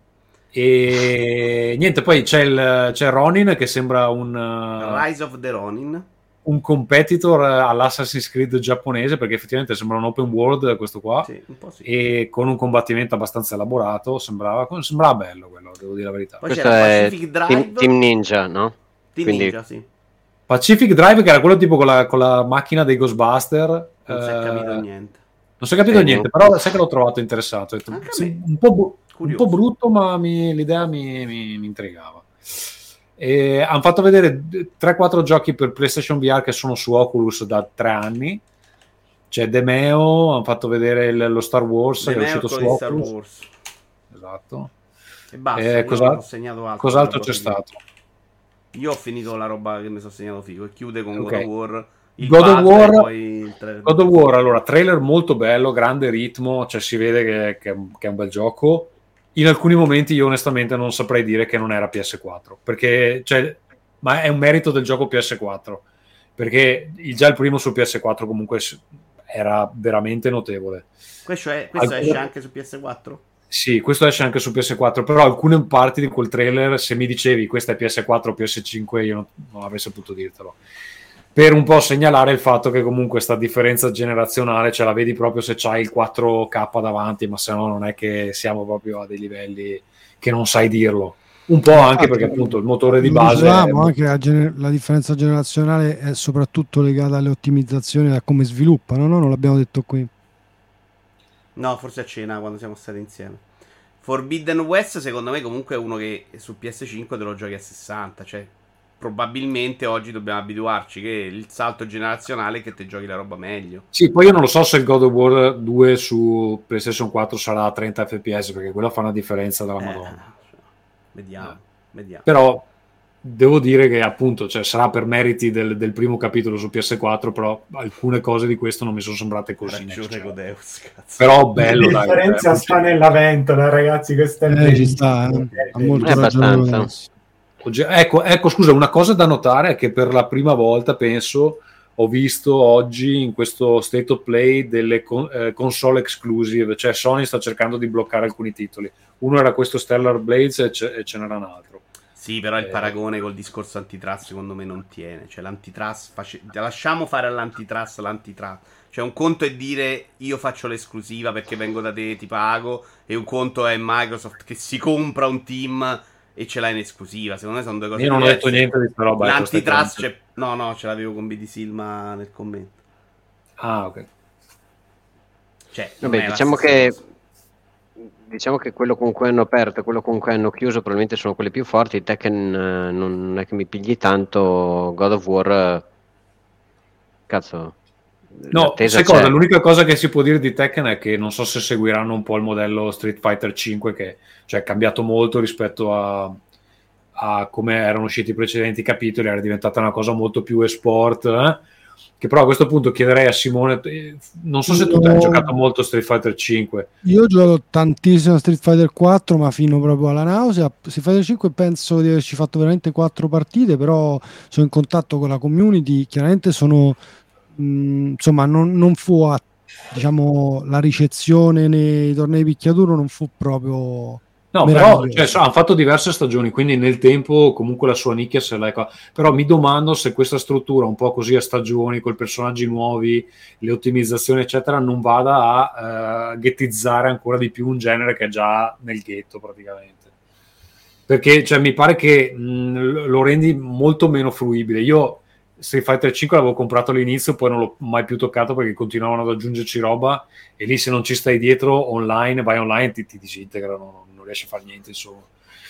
E niente, poi c'è il c'è Ronin che sembra un Rise of the Ronin, un competitor all'Assassin's Creed giapponese, perché effettivamente sembra un open world questo qua, sì, un po' sì. E con un combattimento abbastanza elaborato, sembrava, sembrava bello quello, devo dire la verità. Poi questo c'era è Pacific Drive, Team, Team Ninja, no? Team Quindi... Ninja, sì. Pacific Drive, che era quello tipo con la, con la macchina dei Ghostbuster, non eh, si è capito niente. Non si è capito Eh, niente, no. però sai che l'ho trovato interessato. Anche a Sì, me. un, po bu- un Curioso. po' brutto, ma mi- l'idea mi, mi, mi intrigava. E hanno fatto vedere tre quattro giochi per PlayStation V R che sono su Oculus da tre anni. C'è Demeo, hanno fatto vedere il- lo Star Wars che è Demeo uscito su con di Star Oculus. Wars. Esatto. E basta, Eh, io cosa- non ho segnato altro. Cos'altro roba c'è figa. stato? Io ho finito la roba che mi sono segnato figo e chiude con Ok. God of War. Il God of Valve War- e poi il trailer. God of War, allora, trailer molto bello, grande ritmo, cioè si vede che, che- che è un bel gioco. In alcuni momenti io onestamente non saprei dire che non era P S quattro, perché, cioè, ma è un merito del gioco P S quattro, perché il- già il primo su P S quattro comunque s- era veramente notevole. Questo, è, questo Alcune- esce anche su P S quattro? Sì, questo esce anche su P S quattro, però alcune parti di quel trailer, se mi dicevi questa è P S quattro o P S cinque, io non, non avrei saputo dirtelo. Per un po' segnalare il fatto che comunque sta differenza generazionale ce la vedi proprio se c'hai il quattro K davanti, ma se no non è che siamo proprio a dei livelli che non sai dirlo. Un po' anche perché appunto il motore di Lo base è... dicevamo, anche la, gener- la differenza generazionale è soprattutto legata alle ottimizzazioni e a come sviluppano, no? Non l'abbiamo detto qui. No, forse a cena quando siamo stati insieme. Forbidden West secondo me comunque è uno che su P S cinque te lo giochi a sessanta, cioè probabilmente oggi dobbiamo abituarci che il salto generazionale è che te giochi la roba meglio. Sì, poi io non lo so se il God of War due su PlayStation quattro sarà a trenta F P S, perché quello fa una differenza dalla Eh, Madonna. Vediamo, Eh. vediamo. Però devo dire che appunto, cioè, sarà per meriti del, del primo capitolo su P S quattro, però alcune cose di questo non mi sono sembrate così Ragione necessarie. Codeus, cazzo. Però bello, La dai, differenza dai, sta nella ventola, ragazzi. Questa è Eh, ci sta, eh. Ha molto Eh, ragione. abbastanza. Lorenzo. oggi- ecco, ecco, scusa, una cosa da notare è che per la prima volta, penso, ho visto oggi in questo State of Play delle con- eh, console exclusive, cioè Sony sta cercando di bloccare alcuni titoli. Uno era questo Stellar Blades e ce, e ce n'era un altro. Sì, però il Eh. paragone col discorso antitrust secondo me non tiene. Cioè l'antitrust face... lasciamo fare all'antitrust l'antitrust. Cioè un conto è dire io faccio l'esclusiva perché vengo da te, ti pago, e un conto è Microsoft che si compra un team e ce l'ha in esclusiva. Secondo me sono due cose Io non ho diverse. detto niente di sta roba. ecco, stai L'antitrust tranquillo. c'è... No, no, ce l'avevo con B D Silma nel commento. Ah, ok. Cioè, non Vabbè, è la diciamo stessa che cosa. diciamo che quello con cui hanno aperto e quello con cui hanno chiuso probabilmente sono quelli più forti. Tekken eh, non è che mi pigli tanto. God of War, eh, cazzo, No, l'attesa sai cosa? c'è. L'unica cosa che si può dire di Tekken è che non so se seguiranno un po' il modello Street Fighter cinque, che cioè, è cambiato molto rispetto a, a come erano usciti i precedenti capitoli, era diventata una cosa molto più esport, eh? Che però a questo punto chiederei a Simone, eh, non so se tu No. hai giocato molto Street Fighter cinque. Io gioco tantissimo a Street Fighter quattro, ma fino proprio alla nausea. Street Fighter cinque penso di averci fatto veramente quattro partite, però sono in contatto con la community. Chiaramente sono, mh, insomma, non, non fu a, diciamo, la ricezione nei tornei picchiaduro non fu proprio No, però meraviglioso. cioè, so- hanno fatto diverse stagioni, quindi nel tempo comunque la sua nicchia se l'ha... Però mi domando se questa struttura un po' così a stagioni, con i personaggi nuovi, le ottimizzazioni eccetera, non vada a eh, ghettizzare ancora di più un genere che è già nel ghetto praticamente. Perché cioè, mi pare che mh, lo rendi molto meno fruibile. Io Street Fighter cinque l'avevo comprato all'inizio, poi non l'ho mai più toccato perché continuavano ad aggiungerci roba, e lì se non ci stai dietro online, vai online, ti, ti disintegrano, non riesci a fare niente, insomma.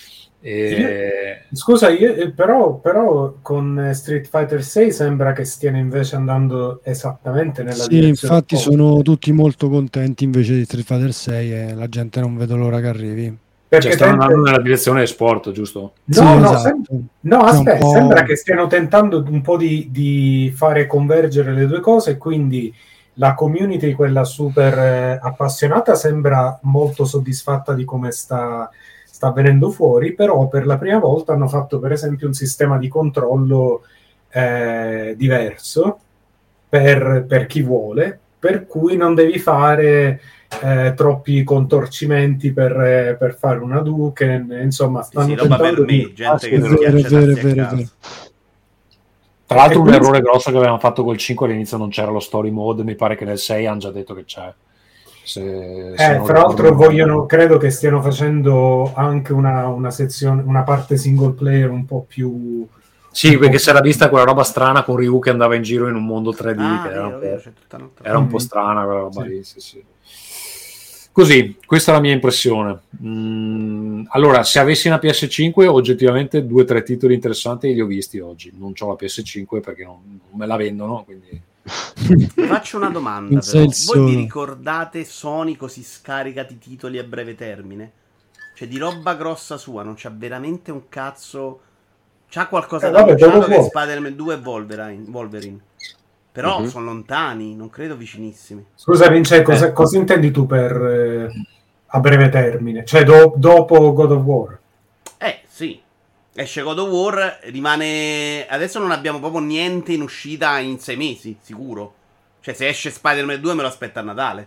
E... Scusa, io, eh, però, però con Street Fighter sei sembra che stiano invece andando esattamente nella Sì, direzione infatti opposta. sono tutti molto contenti invece di Street Fighter sei e la gente non vedo l'ora che arrivi. Perché cioè, stanno tende- andando nella direzione sport, giusto? No, Sì, no, esatto. sem- no, C'è un aspetta, po'- sembra che stiano tentando un po' di, di fare convergere le due cose, quindi la community, quella super eh, appassionata, sembra molto soddisfatta di come sta, sta venendo fuori, però per la prima volta hanno fatto per esempio un sistema di controllo eh, diverso per, per chi vuole, per cui non devi fare eh, troppi contorcimenti per, eh, per fare una Duken, insomma, Sì, stanno sì, roba per tentando me, di... gente Ah, sì, che è non vero, piace è vero, darsi è vero, a è vero. caso. Tra l'altro E un quindi- errore grosso che avevamo fatto col cinque all'inizio non c'era lo story mode, mi pare che nel sei hanno già detto che c'è. Se, se Eh, non fra ricordo l'altro male. vogliono, credo che stiano facendo anche una, una sezione, una parte single player un po' più... Sì, perché si era vista quella roba strana con Ryu che andava in giro in un mondo tre D, Ah, che era, vero, un vero, po', c'è tutta un'altra era un po' Mhm. strana quella roba Sì. lì. Sì, sì. Così, questa è la mia impressione. Mm, allora, se avessi una P S cinque, oggettivamente due o tre titoli interessanti li ho visti oggi. Non ho la P S cinque perché non, non me la vendono, quindi... Vi faccio una domanda, In però. senso- Voi vi ricordate Sony così scarica di titoli a breve termine? Cioè, di roba grossa sua, non c'ha veramente un cazzo. C'ha qualcosa Eh, da vabbè, annunciato dopo che è vuoi. Spider-Man due e Wolverine. Wolverine. Però Mhm. sono lontani, non credo vicinissimi. Scusa Vince, cosa, Eh. cosa intendi tu per eh, a breve termine? Cioè do- dopo God of War? Eh, sì. Esce God of War, rimane... Adesso non abbiamo proprio niente in uscita in sei mesi, sicuro. Cioè, se esce Spider-Man due me lo aspetta a Natale.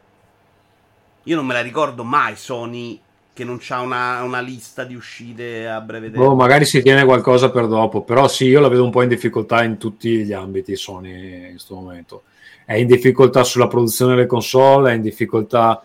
Io non me la ricordo mai Sony che non c'ha una, una lista di uscite a breve termine. Boh, magari si tiene qualcosa per dopo, però sì, io la vedo un po' in difficoltà in tutti gli ambiti Sony in questo momento. È in difficoltà sulla produzione delle console, è in difficoltà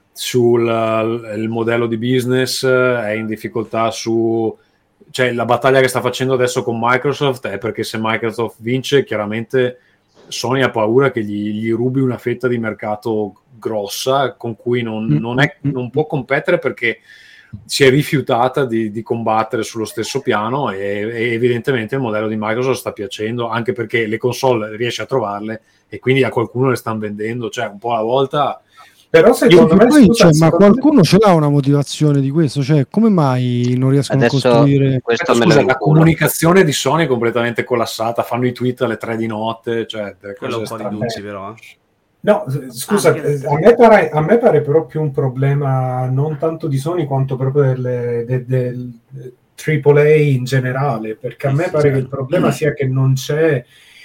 sul eh, il modello di business, è in difficoltà su... Cioè, la battaglia che sta facendo adesso con Microsoft è perché se Microsoft vince, chiaramente Sony ha paura che gli, gli rubi una fetta di mercato grossa con cui non, non, è, non può competere perché si è rifiutata di, di combattere sullo stesso piano e, e evidentemente il modello di Microsoft sta piacendo anche perché le console riesce a trovarle e quindi a qualcuno le stanno vendendo, cioè un po' alla volta. Però secondo me, Poi, scusa, cioè, ma secondo qualcuno me- ce l'ha una motivazione di questo? Cioè, come mai non riescono Adesso a costruire? questo Aspetta, me lo scusa, la inculo. comunicazione di Sony è completamente collassata, fanno i tweet alle tre di notte, cioè delle Quello cose un po' di strane. tutti, però. eh. No, s- scusa, Ah, che- eh, a me pare, a me pare però più un problema non tanto di Sony quanto proprio delle, de- del tripla A in generale, perché a Sì, me sì, pare certo. che il problema sia che non c'è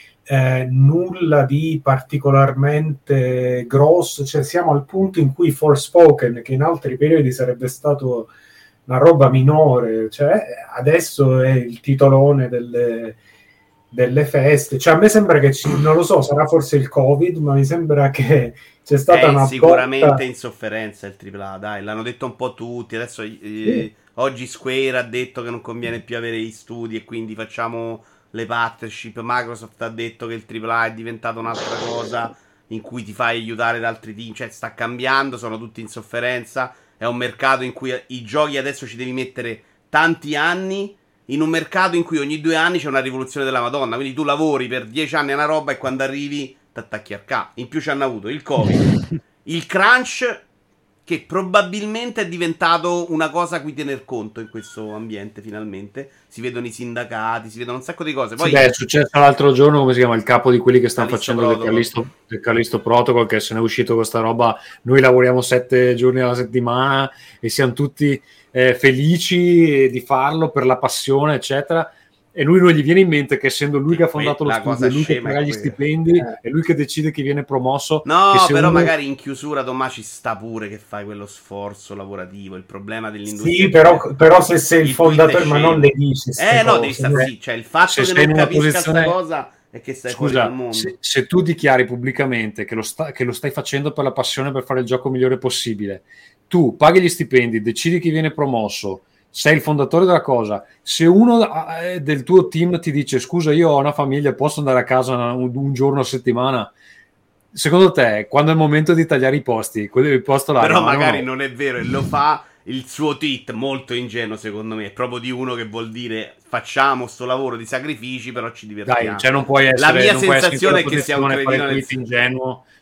eh, nulla di particolarmente grosso, cioè siamo al punto in cui Forspoken, che in altri periodi sarebbe stato una roba minore, cioè adesso è il titolone delle, delle feste, cioè a me sembra che ci, non lo so, sarà forse il Covid, ma mi sembra che c'è stata È una sicuramente botta. in sofferenza il tripla A, dai, l'hanno detto un po' tutti. Adesso eh, oggi Square ha detto che non conviene più avere gli studi e quindi facciamo le partnership. Microsoft ha detto che il tripla A è diventato un'altra cosa in cui ti fai aiutare da altri team, cioè sta cambiando, sono tutti in sofferenza. È un mercato in cui i giochi adesso ci devi mettere tanti anni, in un mercato in cui ogni due anni c'è una rivoluzione della Madonna. Quindi tu lavori per dieci anni a una roba e quando arrivi t'attacchi al ca. In più ci hanno avuto il Covid, il crunch, che probabilmente è diventato una cosa a cui tener conto in questo ambiente. Finalmente si vedono i sindacati, si vedono un sacco di cose. Poi Sì, beh, è successo l'altro giorno, come si chiama, il capo di quelli che stanno Callisto facendo del Protocol. Callisto, del Callisto Protocol, che se ne è uscito questa roba, noi lavoriamo sette giorni alla settimana e siamo tutti eh, felici di farlo per la passione, eccetera. E lui non gli viene in mente che essendo lui che ha fondato lo la studio, cosa è lui che scema paga è gli quella. stipendi, Eh. è lui che decide chi viene promosso. No, che se però uno- magari in chiusura, Tommaso, ci sta pure che fai quello sforzo lavorativo. Il problema dell'industria Sì, è però, che però se sei il, il tweet fondatore, è ma non scemo. le dici ste Eh no, cose, devi stare no? sì. Cioè, il fatto Se che sei non in una capisca posizione- sta cosa è che stai fuori Scusa, dal mondo. se, se tu dichiari pubblicamente che lo, sta- che lo stai facendo per la passione, per fare il gioco migliore possibile, tu paghi gli stipendi, decidi chi viene promosso, sei il fondatore della cosa. Se uno eh, del tuo team ti dice scusa, io ho una famiglia, posso andare a casa un, un giorno a settimana, secondo te, quando è il momento di tagliare i posti, quello il posto là, Però rimane o magari no? non è vero e lo fa il suo tweet molto ingenuo, secondo me. È proprio di uno che vuol dire facciamo sto lavoro di sacrifici, però ci divertiamo. Dai, cioè non puoi essere, La mia non puoi essere in sensazione è quella che sia un posizione, fare cretino il nel... tweet ingenuo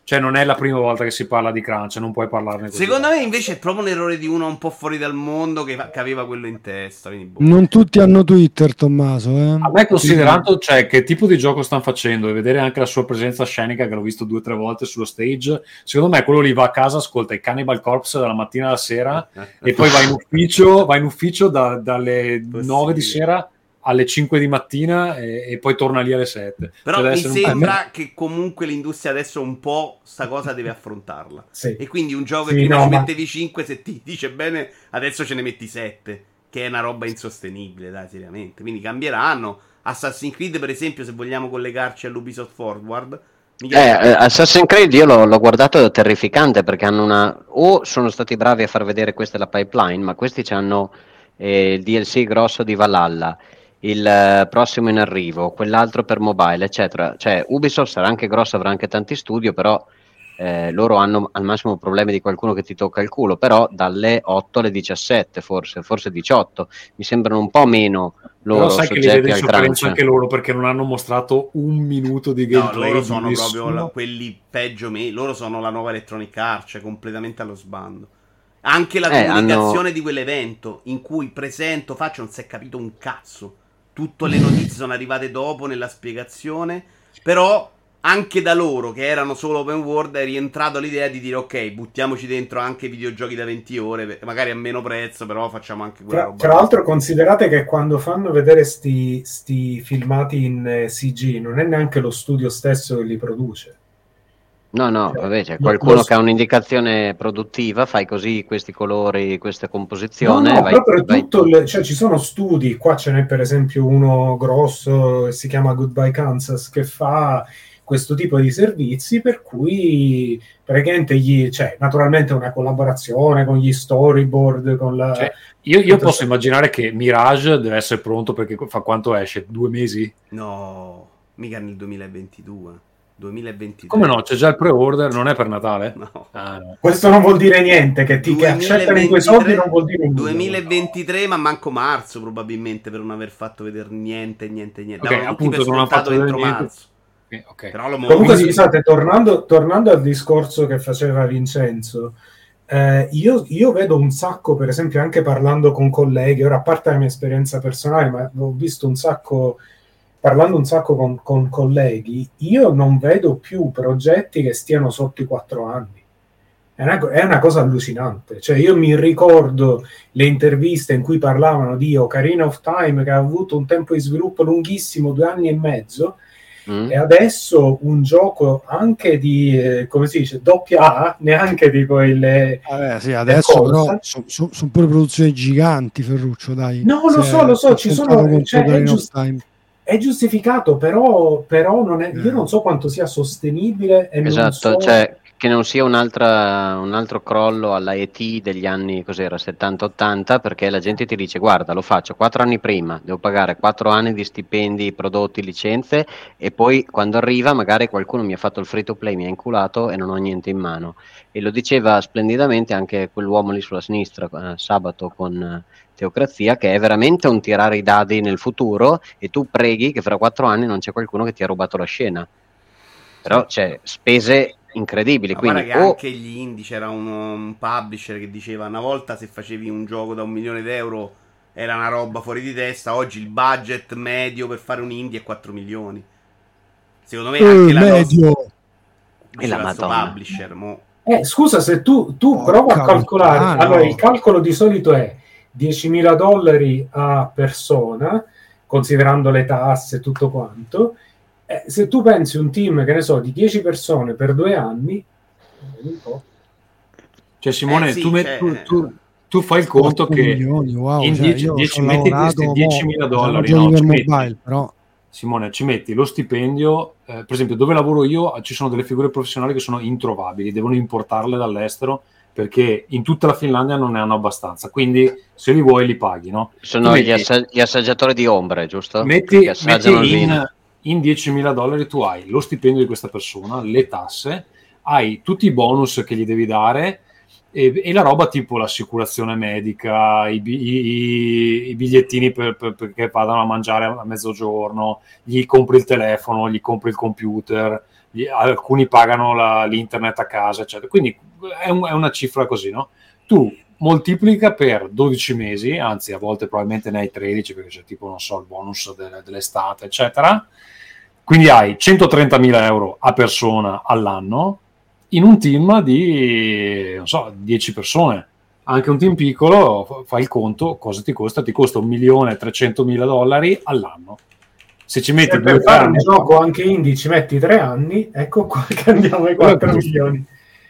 cioè non è la prima volta che si parla di crunch, non puoi parlarne così. Secondo me invece è proprio un errore di uno un po' fuori dal mondo che, che aveva quello in testa. Quindi, boh. Non tutti hanno Twitter, Tommaso. Eh? A me, considerando cioè, che tipo di gioco stanno facendo e vedere anche la sua presenza scenica, che l'ho visto due o tre volte sullo stage, secondo me quello lì va a casa, ascolta i Cannibal Corpse dalla mattina alla sera e poi va in ufficio, va in ufficio da, dalle Possibile. nove di sera alle cinque di mattina e, e poi torna lì alle sette. Però Cioè, mi deve essere un- sembra che comunque l'industria adesso un po' sta cosa deve affrontarla. Sì. E quindi un gioco Sì, che prima no, ci ma- mettevi cinque, se ti dice bene, adesso ce ne metti sette, che è una roba insostenibile, dai, seriamente. Quindi cambieranno. Assassin's Creed, per esempio, se vogliamo collegarci all'Ubisoft Forward, mica- Eh, eh, Assassin's Creed io l'ho, l'ho guardato, è terrificante perché hanno una... o sono stati bravi a far vedere questa è la pipeline, ma questi hanno il D L C grosso di Valhalla, il eh, prossimo in arrivo, quell'altro per mobile, eccetera. Cioè Ubisoft sarà anche grosso, avrà anche tanti studio, però eh, loro hanno al massimo problemi di qualcuno che ti tocca il culo, però dalle otto alle diciassette forse, forse diciotto, mi sembrano un po' meno loro Però sai che li soggetti vede in al sofferenza crunch. anche loro, perché non hanno mostrato un minuto di no, gameplay. loro di sono nessuno. proprio la- quelli peggio me. Loro sono la nuova Electronic Arts, cioè completamente allo sbando. Anche la Eh, comunicazione hanno- di quell'evento in cui presento, faccio, non si è capito un cazzo. Tutte le notizie sono arrivate dopo nella spiegazione. Però anche da loro, che erano solo open world, è rientrato l'idea di dire ok, buttiamoci dentro anche i videogiochi da venti ore, magari a meno prezzo, però facciamo anche quella Tra, roba. tra l'altro considerate che quando fanno vedere sti, sti filmati in eh, C G non è neanche lo studio stesso che li produce. No, no, vabbè, c'è Lo- qualcuno lo- che ha un'indicazione produttiva, fai così, questi colori, questa No, composizione, no, vai, proprio vai tutto tu. il- cioè ci sono studi, qua ce n'è per esempio uno grosso che si chiama Goodbye Kansas che fa questo tipo di servizi per cui praticamente gli, cioè naturalmente una collaborazione con gli storyboard, con la... Cioè, io, io Tutto posso se- immaginare che Mirage deve essere pronto perché fa quanto esce? Due mesi? No, mica nel duemilaventidue. duemilaventitré. Come no? C'è già il pre-order, non è per Natale? No. Ah, no. Questo non vuol dire niente, che ti che accettano i tuoi soldi non vuol dire nulla. duemilaventitré, ma manco marzo probabilmente per non aver fatto vedere niente, niente, niente. Ok, Davano tutti appunto, per non hanno scontato fatto vedere entro niente. marzo. Ok, ok. Però lo Comunque muovono. scusate, tornando, tornando al discorso che faceva Vincenzo, eh, io, io vedo un sacco, per esempio anche parlando con colleghi, ora a parte la mia esperienza personale, ma ho visto un sacco, parlando un sacco con, con colleghi, io non vedo più progetti che stiano sotto i quattro anni. È una, è una cosa allucinante. Cioè, io mi ricordo le interviste in cui parlavano di Ocarina of Time, che ha avuto un tempo di sviluppo lunghissimo, due anni e mezzo, Mm. e adesso un gioco anche di, eh, come si dice, doppia A, neanche tipo il... Vabbè, sì, adesso cosa? però sono so, son pure produzioni giganti, Ferruccio, dai. No, lo Se- so, lo so, se ci confrontato sono- con cioè, è Ocarina of giust- Time. È giustificato, però, però non è, io Eh. non so quanto sia sostenibile e non Esatto, so... cioè che non sia un'altra, un altro crollo alla E T degli anni, cos'era, settanta ottanta, perché la gente ti dice guarda, lo faccio quattro anni prima, devo pagare quattro anni di stipendi, prodotti, licenze, e poi quando arriva magari qualcuno mi ha fatto il free to play, mi ha inculato e non ho niente in mano. E lo diceva splendidamente anche quell'uomo lì sulla sinistra, eh, sabato con eh, Teocrazia, che è veramente un tirare i dadi nel futuro e tu preghi che fra quattro anni non c'è qualcuno che ti ha rubato la scena. Però c'è spese incredibili, Ma quindi guarda che o anche gli indie, c'era un, un publisher che diceva una volta se facevi un gioco da un milione d'euro era una roba fuori di testa, oggi il budget medio per fare un indie è quattro milioni. Secondo me Eh, anche la medio. nostra... E la diceva sto Madonna. publisher, mo. Eh, scusa, se tu, tu Porca prova a calcolare, puttana, allora no. il calcolo di solito è diecimila dollari a persona, considerando le tasse e tutto quanto. Eh, se tu pensi un team, che ne so, di dieci persone per due anni, vedi un po'. Cioè, Simone, Eh sì, tu, met- cioè- tu, tu, tu fai il conto otto che milioni, wow, in cioè, dieci- io dieci ci ho metti lavorato, questi diecimila mo, dollari, sono no, giochi ci per metti- mobile, però Simone, ci metti lo stipendio, eh, per esempio dove lavoro io ci sono delle figure professionali che sono introvabili, devono importarle dall'estero perché in tutta la Finlandia non ne hanno abbastanza, quindi se li vuoi li paghi, no? sono Tu gli, metti- assa- gli assaggiatori di ombre, giusto? metti, Che assaggiano metti il vino. in, in diecimila dollari tu hai lo stipendio di questa persona, le tasse, hai tutti i bonus che gli devi dare e, e la roba tipo l'assicurazione medica, i, bi- i- i bigliettini per, per- perché vadano a mangiare a mezzogiorno, gli compri il telefono, gli compri il computer, gli- alcuni pagano la- l'internet a casa, eccetera. Quindi è, un- è una cifra così, no? Tu moltiplica per dodici mesi, anzi a volte probabilmente ne hai tredici perché c'è tipo, non so, il bonus de- dell'estate, eccetera. Quindi hai centotrentamila euro a persona all'anno in un team di, non so, dieci persone. Anche un team piccolo, fa- fai il conto, cosa ti costa? Ti costa un milione e trecentomila dollari all'anno. Se ci metti Se due per fare un anni, gioco anche indie ci metti tre anni, ecco qua che andiamo ai quattro milioni.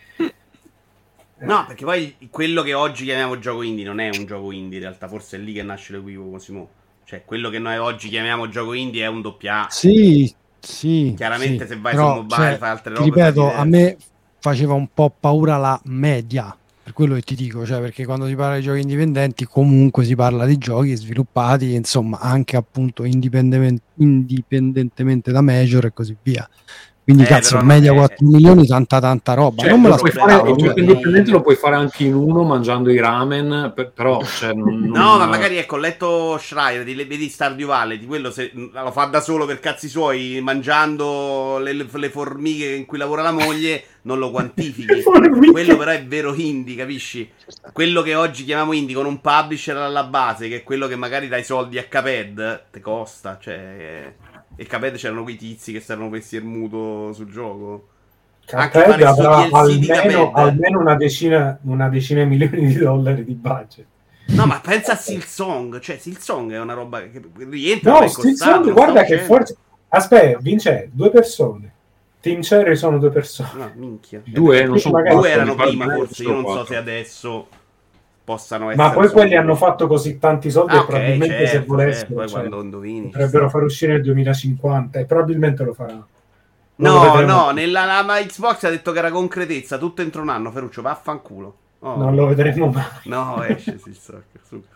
No, perché poi quello che oggi chiamiamo gioco indie non è un gioco indie, in realtà, forse è lì che nasce l'equivoco, Simo. Cioè, quello che noi oggi chiamiamo gioco indie è un doppia A. Sì, sì. Chiaramente sì, se vai però, su mobile cioè, fai altre ti robe. fai ripeto, diverse. a me faceva un po' paura la media, per quello che ti dico, cioè perché quando si parla di giochi indipendenti comunque si parla di giochi sviluppati, insomma, anche appunto indipendentemente, indipendentemente da major e così via. Quindi Eh, cazzo, però media non è- quattro milioni, tanta tanta roba. cioè, non me lo la puoi problema, fare, no, un gioco cioè, indipendente non- lo puoi fare anche in uno mangiando i ramen, per- però cioè, non, No, non- ma magari ecco, ho letto Schreier, di, vedi Stardew Valley, di quello se, lo fa da solo per cazzi suoi, mangiando le, le formiche in cui lavora la moglie, non lo quantifichi. Quello però è vero indie, capisci? Quello che oggi chiamiamo indie con un publisher alla base, che è quello che magari dai soldi a Cuphead, te costa, cioè... E Cuphead c'erano quei tizi che si erano messi il muto sul gioco. Anche Cuphead fare sto avrà D L C di almeno, Cuphead. almeno una decina una decina di milioni di dollari di budget. No, ma pensa a Silksong, cioè Silksong è una roba che rientra No, per Steve costato, Song, non guarda sto che dicendo. forse... Aspetta, Vince, due persone. Team Cherry sono due persone. No, minchia. Due, non sono magari- Due quattro, erano mi pare prima, che forse. Io non so quattro. se adesso possano essere. Ma poi solo quelli due. hanno fatto così tanti soldi Ah, e ok, probabilmente se certo, volessero certo, poi cioè, quando indovini. potrebbero far uscire nel duemilacinquanta e probabilmente lo faranno. Non lo No, vedremo. no, nella la, la Xbox ha detto che era concretezza, tutto entro un anno, Ferruccio, vaffanculo. Oh. Non lo vedremo mai. No, esce Silksong, subito.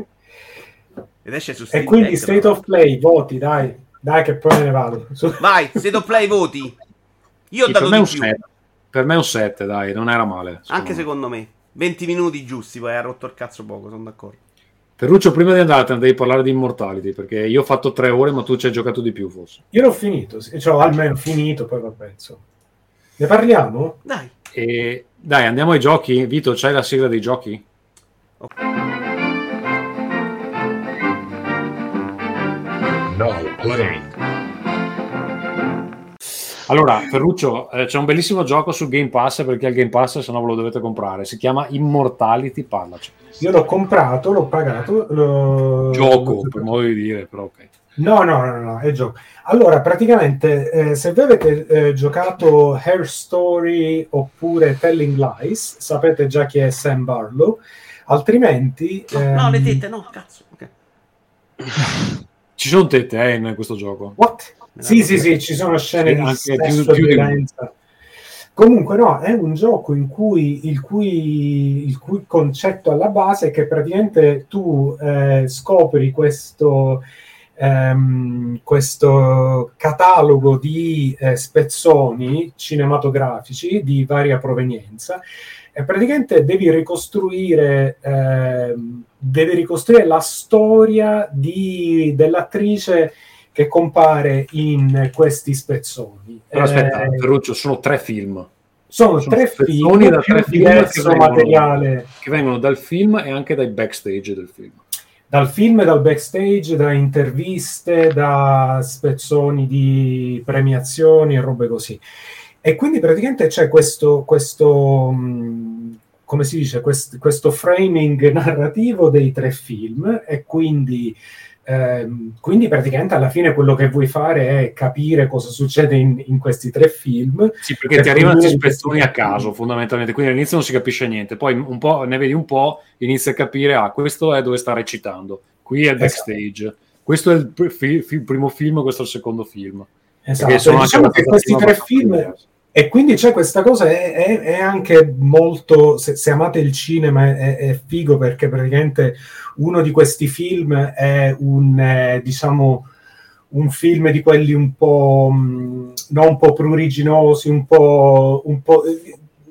Ed esce su E Steam quindi Deck, State tra of Play, voti, dai. Dai che poi me ne vado. Su- Vai, State of Play voti. Io ho Sì, dato per me è di un più, sette. Per me è un sette, dai, non era male. anche me. secondo me. venti minuti giusti, poi ha rotto il cazzo poco, sono d'accordo. Ferruccio, prima di andartene devi parlare di Immortality, perché io ho fatto tre ore, ma tu ci hai giocato di più, forse. Io l'ho finito, sì, cioè, almeno finito, poi vabbè, insomma. Ne parliamo? Dai. E dai, andiamo ai giochi. Vito, c'hai la sigla dei giochi? Now playing. Allora, Ferruccio, eh, c'è un bellissimo gioco su Game Pass, perché il Game Pass se no ve lo dovete comprare. Si chiama Immortality, parlaci. Io l'ho comprato, l'ho pagato. Lo... Gioco, per modo di dire, però ok. No, no, no, no, è gioco. Allora, praticamente, eh, se voi avete eh, giocato Hair Story oppure Telling Lies, sapete già chi è Sam Barlow. Altrimenti... No, ehm, no, le tette, no, cazzo. Ok. Ci sono tette eh, in questo gioco. What? Sì, sì, sì, ci sono scene Sì, di anche sesso più- e più di- violenza. Comunque no, è un gioco in cui il cui, il cui concetto alla base è che praticamente tu eh, scopri questo, ehm, questo catalogo di eh, spezzoni cinematografici di varia provenienza e praticamente devi ricostruire ehm, devi ricostruire la storia di, dell'attrice che compare in questi spezzoni. Però aspetta, Eh, Ferruccio, sono tre film. sono, sono tre spezzoni film da più tre film che diverso vengono- materiale Che vengono dal film e anche dai backstage del film. dal film, dal backstage, da interviste, da spezzoni di premiazioni e robe così. E quindi praticamente c'è questo, questo mh, come si dice, quest- questo framing narrativo dei tre film e quindi Ehm, quindi praticamente alla fine quello che vuoi fare è capire cosa succede in, in questi tre film. Sì, perché Per ti arrivano questi finire- spezzoni a caso, fondamentalmente. Quindi all'inizio non si capisce niente. Poi un po', ne vedi un po', inizi a capire, ah, questo è dove sta recitando. Qui è il backstage. Questo è il pr- fi- fi- primo film, questo è il secondo film. Esatto, Perché sono e diciamo anche che questi tre abbastanza film diversi. e quindi c'è questa cosa è, è- è anche molto se, se amate il cinema è, è figo perché praticamente uno di questi film è un eh, diciamo un film di quelli un po' mh, non un po' pruriginosi, un po', un po'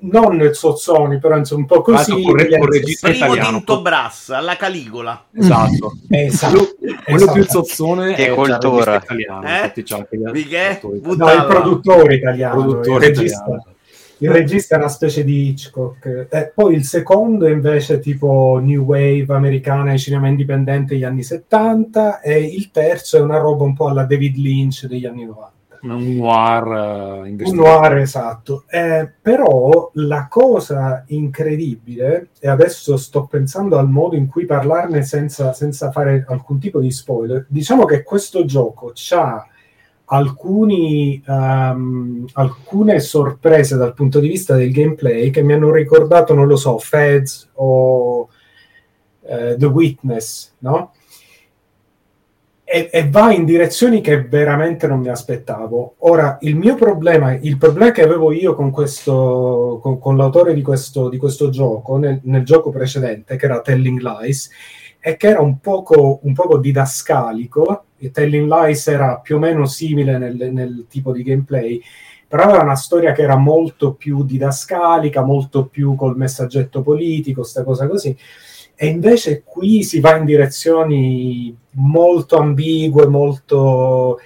non Sozzoni, però insomma un po' così. Con, con, con regista Primo italiano. Tinto Brass alla Caligola. Esatto. esatto. Quello, quello esatto. più zozzone che è il cultura. regista italiano. Eh? Infatti c'è anche gli Di che? attori. No, il produttore italiano. Produttore il, regista, italiano. il regista è una specie di Hitchcock. Eh, poi il secondo è invece tipo New Wave americana e cinema indipendente degli anni settanta, e il terzo è una roba un po' alla David Lynch degli anni novanta. Un noir uh, Un investigato. noir, esatto. Eh, però la cosa incredibile, e adesso sto pensando al modo in cui parlarne senza, senza fare alcun tipo di spoiler, diciamo che questo gioco c'ha alcuni, um, alcune sorprese dal punto di vista del gameplay che mi hanno ricordato, non lo so, Fez o uh, The Witness, no? E, e va in direzioni che veramente non mi aspettavo. Ora, il mio problema, il problema che avevo io con questo, con, con l'autore di questo, di questo gioco, nel, nel gioco precedente, che era Telling Lies, è che era un poco, un poco didascalico. E Telling Lies era più o meno simile nel, nel tipo di gameplay, però aveva una storia che era molto più didascalica, molto più col messaggetto politico, sta cosa così. E invece qui si va in direzioni molto ambigue, molto,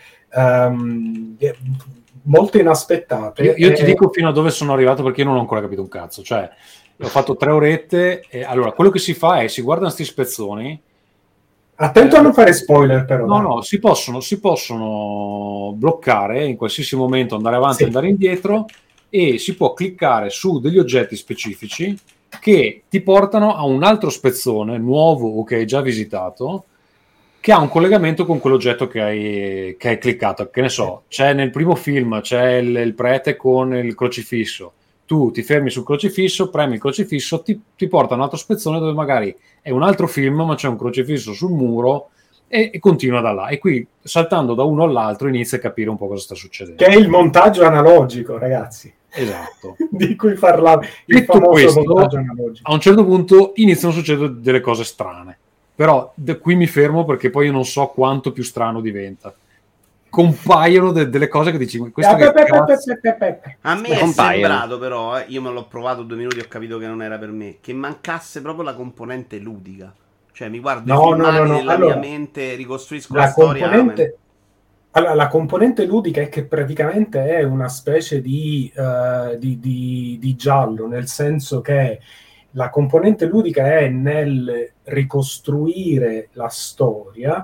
um, molto inaspettate. Io, io ti e... dico fino a dove sono arrivato, perché io non ho ancora capito un cazzo. Cioè, ho fatto tre orette e allora quello che si fa è si guardano sti spezzoni. Attento a non fare spoiler, però. No, dai. no, si possono, si possono bloccare in qualsiasi momento, andare avanti e Sì. andare indietro, e si può cliccare su degli oggetti specifici che ti portano a un altro spezzone nuovo o che hai già visitato, che ha un collegamento con quell'oggetto che hai, che hai cliccato. Che ne so, c'è nel primo film c'è il, il prete con il crocifisso, tu ti fermi sul crocifisso, premi il crocifisso, ti, ti porta a un altro spezzone dove magari è un altro film ma c'è un crocifisso sul muro, e, e continua da là, e qui saltando da uno all'altro inizia a capire un po' cosa sta succedendo. Che è il montaggio analogico, ragazzi. Esatto. Di cui parlavo. Il Detto famoso questo, montaggio analogico. a un certo punto iniziano a succedere delle cose strane, però da qui mi fermo perché poi io non so quanto più strano diventa. Compaiono de- delle cose che dici, questo che cazzo? A me è Compaiono. sembrato però, eh, io me l'ho provato due minuti e ho capito che non era per me, che mancasse proprio la componente ludica. Cioè mi guardo No, i no, filmati no, no. nella Allora, mia mente, ricostruisco la, La storia. componente, allora, la componente ludica è che praticamente è una specie di, uh, di, di, di giallo, nel senso che la componente ludica è nel ricostruire la storia,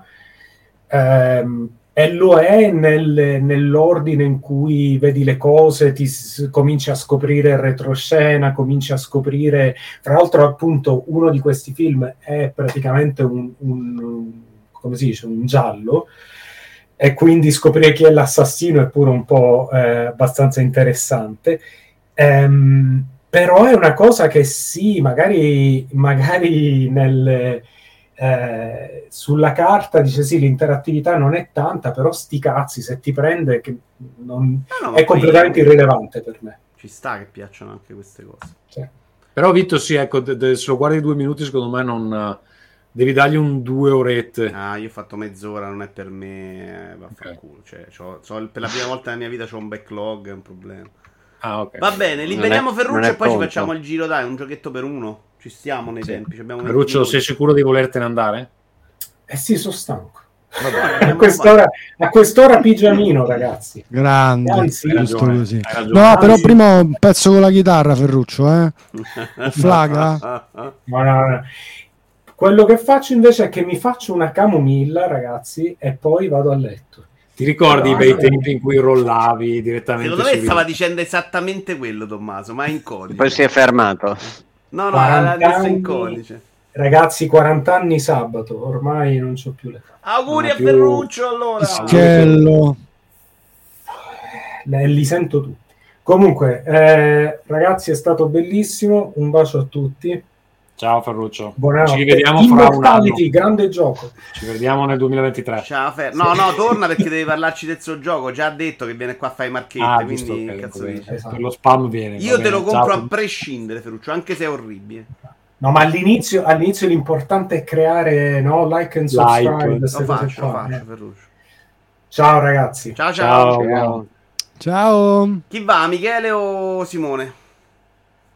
ehm, e lo è nel, nell'ordine in cui vedi le cose, ti s- cominci a scoprire il retroscena, cominci a scoprire, fra l'altro appunto uno di questi film è praticamente un, un come si dice, un giallo, e quindi scoprire chi è l'assassino è pure un po' eh, abbastanza interessante. Ehm, però è una cosa che sì, magari, magari nel, eh, sulla carta dice sì, l'interattività non è tanta, però sti cazzi, se ti prende, che non, No, no, ma è poi completamente irrilevante per me. Ci sta che piacciono anche queste cose. Sì. Però Vito, sì, ecco, de- de- se lo guardi due minuti, secondo me non eh, devi dargli un due orette. Ah, io ho fatto mezz'ora, non è per me, eh, vaffanculo. Cioè, c'ho- c'ho- per la prima volta nella mia vita c'ho un backlog, è un problema. Ah, ok. Va bene, Non liberiamo è- Ferruccio non è e poi ci pronto. facciamo il giro, dai, un giochetto per uno. Ci stiamo nei Sì. tempi, ci abbiamo venti Ferruccio, minuti. sei sicuro di volertene andare? Eh sì, sono stanco. Vabbè, A andiamo quest'ora, a quest'ora pigiamino, ragazzi. Grande, Anzi, Hai giusto ragione, così. hai ragione. No, Anzi- però prima un pezzo con la chitarra, Ferruccio, eh? Flaga? Ma no, no. Quello che faccio invece è che mi faccio una camomilla, ragazzi, e poi vado a letto. Ti ricordi i No, bei no. tempi in cui rollavi direttamente Secondo me su- stava dicendo esattamente quello, Tommaso, ma in codice. Poi si è fermato. No, no, quaranta l'ha messo in anni. codice. Ragazzi, quaranta anni sabato, ormai non c'ho più l'età. Auguri Non a è più- Ferruccio, allora. Pischello. Eh, li sento tutti. Comunque, eh, ragazzi, è stato bellissimo. Un bacio a tutti. Ciao Ferruccio. Buonanotte. Ci rivediamo fra un anno. Immortality, grande gioco. Ci vediamo nel duemilaventitré. Ciao Fer. No, no, torna perché devi parlarci del suo gioco. Già ha detto che viene qua a fare i marchetti, Ah, quindi giusto, ok, cazzo va bene. dici? Esatto. Per lo spam viene. Io va te lo bene. compro Ciao. a prescindere, Ferruccio, anche se è orribile. No, ma all'inizio, all'inizio l'importante è creare, no, like and subscribe. Like. queste Lo cose faccio, lo qua, faccio, eh. Ferruccio. Ciao ragazzi. Ciao, ciao. Ciao. Ciao. Ciao. Chi va, Michele o Simone?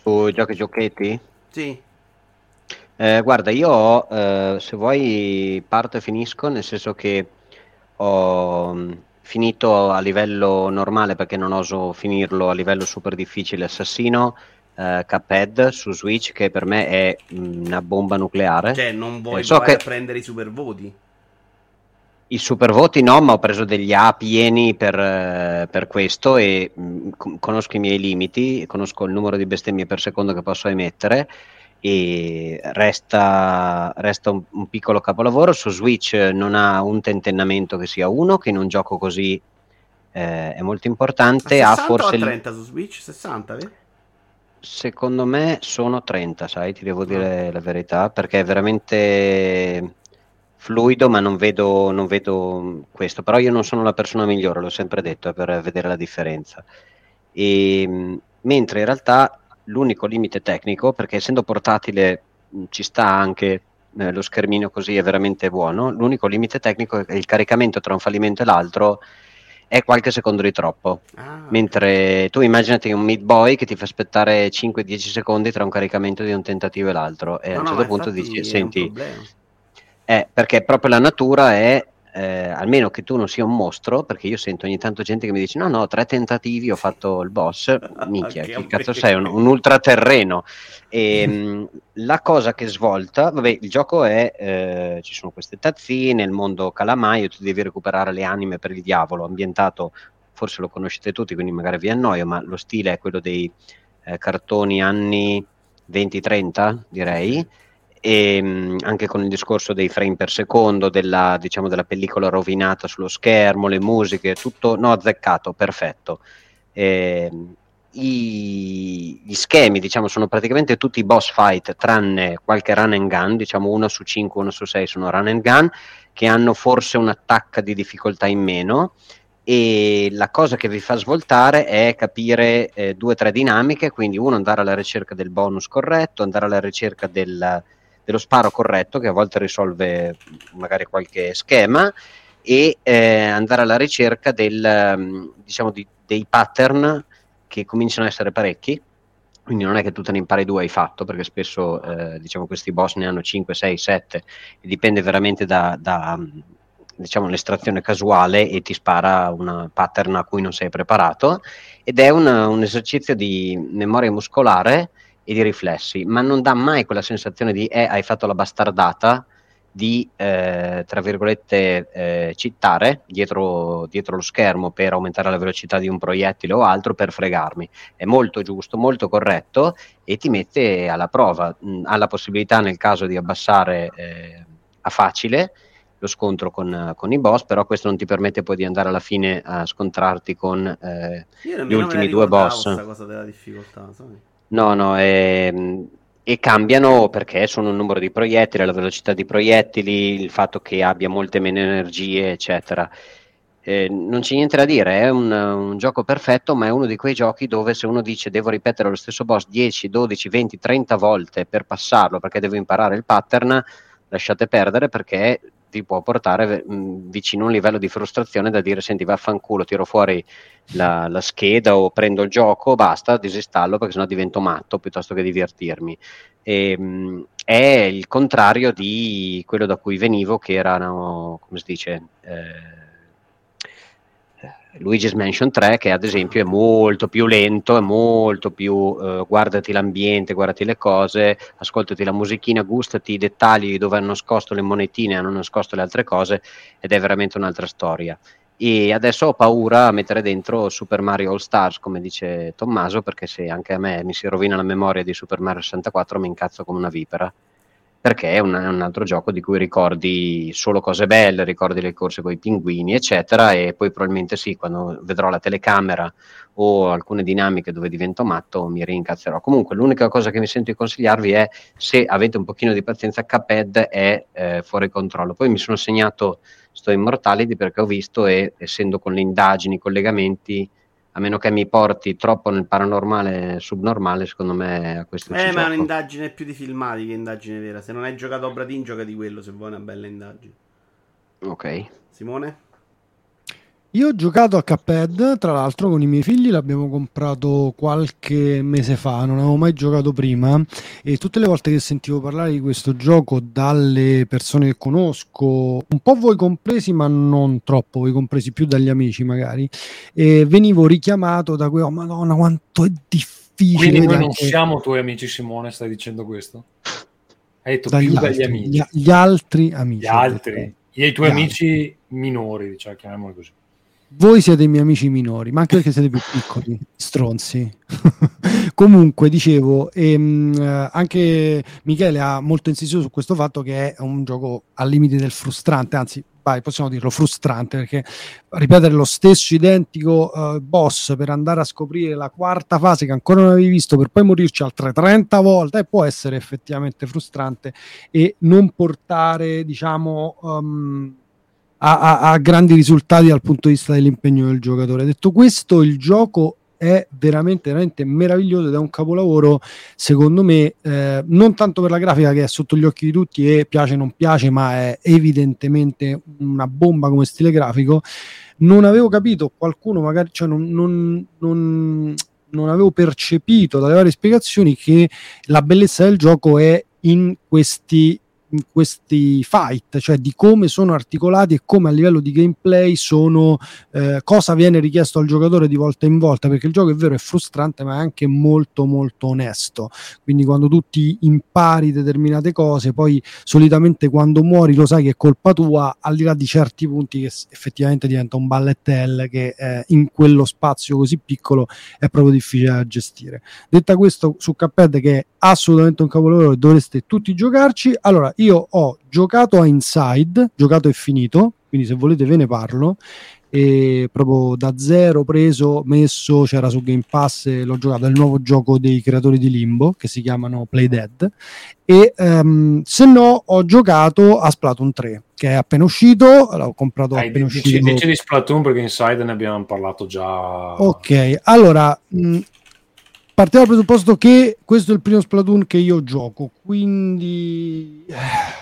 Su giochi giochetti? Sì. Eh, guarda, io ho, eh, se vuoi parto e finisco, nel senso che ho mh, finito a livello normale perché non oso finirlo a livello super difficile Assassino, eh, Cuphead su Switch, che per me è mh, una bomba nucleare. Cioè, non vuoi Eh, so provare che a prendere i super voti? i super voti no, ma ho preso degli A pieni per, eh, per questo e mh, con- conosco i miei limiti, conosco il numero di bestemmie per secondo che posso emettere e resta, resta un, un piccolo capolavoro. Su Switch non ha un tentennamento che sia uno, che in un gioco così eh, è molto A importante. Ha sessanta o a forse il- trenta su Switch? sessanta, vedi? secondo me sono trenta, sai, ti devo Ah. dire la verità, perché è veramente fluido, ma non vedo, non vedo questo. Però io non sono la persona migliore, l'ho sempre detto, eh, per vedere la differenza. E, mh, mentre in realtà l'unico limite tecnico, perché essendo portatile mh, ci sta anche eh, lo schermino così, è veramente buono, l'unico limite tecnico è che il caricamento tra un fallimento e l'altro è qualche secondo di troppo. Ah, Mentre tu immaginati un Meat Boy che ti fa aspettare cinque dieci secondi tra un caricamento di un tentativo e l'altro, e a no, un no, certo ma punto dici: infatti è un senti, problema. eh, perché proprio la natura è, eh, almeno che tu non sia un mostro, perché io sento ogni tanto gente che mi dice: no, no, tre tentativi ho fatto il boss. Minchia, Che chi cazzo a me. sei? Un, un ultraterreno. E mh, la cosa che svolta, vabbè, il gioco è, eh, ci sono queste tazzine, il mondo calamaio, tu devi recuperare le anime per il diavolo, ambientato, forse lo conoscete tutti, quindi magari vi annoio, ma lo stile è quello dei eh, cartoni anni venti trenta, direi. Sì. E mh, anche con il discorso dei frame per secondo, della, diciamo, della pellicola rovinata sullo schermo, le musiche, tutto no, azzeccato, perfetto. E, i, gli schemi, diciamo, sono praticamente tutti boss fight, tranne qualche run and gun, diciamo uno su cinque, uno su sei sono run and gun, che hanno forse un'attacca di difficoltà in meno. E la cosa che vi fa svoltare è capire eh, due o tre dinamiche, quindi uno andare alla ricerca del bonus corretto, andare alla ricerca del, dello sparo corretto, che a volte risolve magari qualche schema, e eh, andare alla ricerca del, diciamo, di, dei pattern che cominciano a essere parecchi. Quindi non è che tu te ne impari due hai fatto, perché spesso eh, diciamo, questi boss ne hanno cinque, sei, sette, e dipende veramente da, da diciamo, l'estrazione casuale e ti spara una pattern a cui non sei preparato, ed è un, un esercizio di memoria muscolare e di riflessi, ma non dà mai quella sensazione di eh, hai fatto la bastardata, di eh, tra virgolette eh, cittare dietro, dietro lo schermo per aumentare la velocità di un proiettile o altro per fregarmi. È molto giusto, molto corretto e ti mette alla prova. Mh, ha la possibilità nel caso di abbassare eh, a facile lo scontro con, con i boss, però questo non ti permette poi di andare alla fine a scontrarti con eh, Io gli nemmeno me la ultimi due ricordavo boss. sta cosa della difficoltà, sai? No, no, e, e cambiano perché sono il numero di proiettili, la velocità di proiettili, il fatto che abbia molte meno energie, eccetera. Eh, non c'è niente da dire, è un, un gioco perfetto, ma è uno di quei giochi dove se uno dice devo ripetere lo stesso boss dieci, dodici, venti, trenta volte per passarlo perché devo imparare il pattern, lasciate perdere, perché ti può portare mh, vicino a un livello di frustrazione da dire: senti, vaffanculo, tiro fuori la, la scheda o prendo il gioco, basta, disinstallo perché sennò divento matto piuttosto che divertirmi. E, mh, è il contrario di quello da cui venivo, che erano, come si dice, eh, Luigi's Mansion tre, che ad esempio è molto più lento, è molto più eh, guardati l'ambiente, guardati le cose, ascoltati la musichina, gustati i dettagli dove hanno nascosto le monetine, hanno nascosto le altre cose, ed è veramente un'altra storia. E adesso ho paura a mettere dentro Super Mario All Stars, come dice Tommaso, perché se anche a me mi si rovina la memoria di Super Mario sessantaquattro mi incazzo come una vipera, perché è un, è un altro gioco di cui ricordi solo cose belle, ricordi le corse con i pinguini, eccetera, e poi probabilmente sì, quando vedrò la telecamera o alcune dinamiche dove divento matto mi rincazzerò. Comunque l'unica cosa che mi sento di consigliarvi è, se avete un pochino di pazienza, Cuphead è eh, fuori controllo. Poi mi sono segnato sto Immortality perché ho visto, e essendo con le indagini, i collegamenti, a meno che mi porti troppo nel paranormale subnormale, secondo me a questo Eh, ci ma è gioco. un'indagine più di filmati che indagine vera. Se non hai giocato a Obradin, gioca di quello se vuoi una bella indagine. Ok. Simone? Io ho giocato a Cuphead, tra l'altro con i miei figli, l'abbiamo comprato qualche mese fa, non avevo mai giocato prima e tutte le volte che sentivo parlare di questo gioco dalle persone che conosco, un po' voi compresi ma non troppo, voi compresi più dagli amici magari, e venivo richiamato da quel, oh madonna quanto è difficile. Quindi noi non anche... siamo tuoi amici, Simone, stai dicendo questo? Hai detto dagli più altri, dagli amici. Gli, gli altri amici. Gli altri, i tuoi Gli amici altri. minori, diciamo, chiamiamoli così. Voi siete i miei amici minori, ma anche perché siete più piccoli, stronzi. Comunque, dicevo, ehm, anche Michele ha molto insistito su questo fatto che è un gioco al limite del frustrante, anzi, vai, possiamo dirlo frustrante, perché ripetere lo stesso identico uh, boss per andare a scoprire la quarta fase che ancora non avevi visto, per poi morirci altre trenta volte, può essere effettivamente frustrante e non portare, diciamo... Um, A, a, a grandi risultati dal punto di vista dell'impegno del giocatore. Detto questo, il gioco è veramente, veramente meraviglioso ed è un capolavoro secondo me, eh, non tanto per la grafica che è sotto gli occhi di tutti e piace o non piace, ma è evidentemente una bomba come stile grafico. Non avevo capito, qualcuno magari, cioè non, non, non, non avevo percepito dalle varie spiegazioni che la bellezza del gioco è in questi in questi fight, cioè di come sono articolati e come a livello di gameplay sono, eh, cosa viene richiesto al giocatore di volta in volta, perché il gioco è vero, è frustrante ma è anche molto molto onesto, quindi quando tu ti impari determinate cose poi solitamente quando muori lo sai che è colpa tua, al di là di certi punti che effettivamente diventa un bullet hell che eh, in quello spazio così piccolo è proprio difficile da gestire. Detta questo, su Cuphead, che è assolutamente un capolavoro e dovreste tutti giocarci. Allora, io ho giocato a Inside, giocato e finito, quindi se volete ve ne parlo, e proprio da zero preso, messo, c'era su Game Pass e l'ho giocato, è il nuovo gioco dei creatori di Limbo che si chiamano Playdead, e um, se no ho giocato a Splatoon tre che è appena uscito, l'ho comprato Dai, appena dici, uscito. dici di Splatoon perché Inside ne abbiamo parlato già. Ok, allora mh, partiamo dal presupposto che questo è il primo Splatoon che io gioco, quindi eh,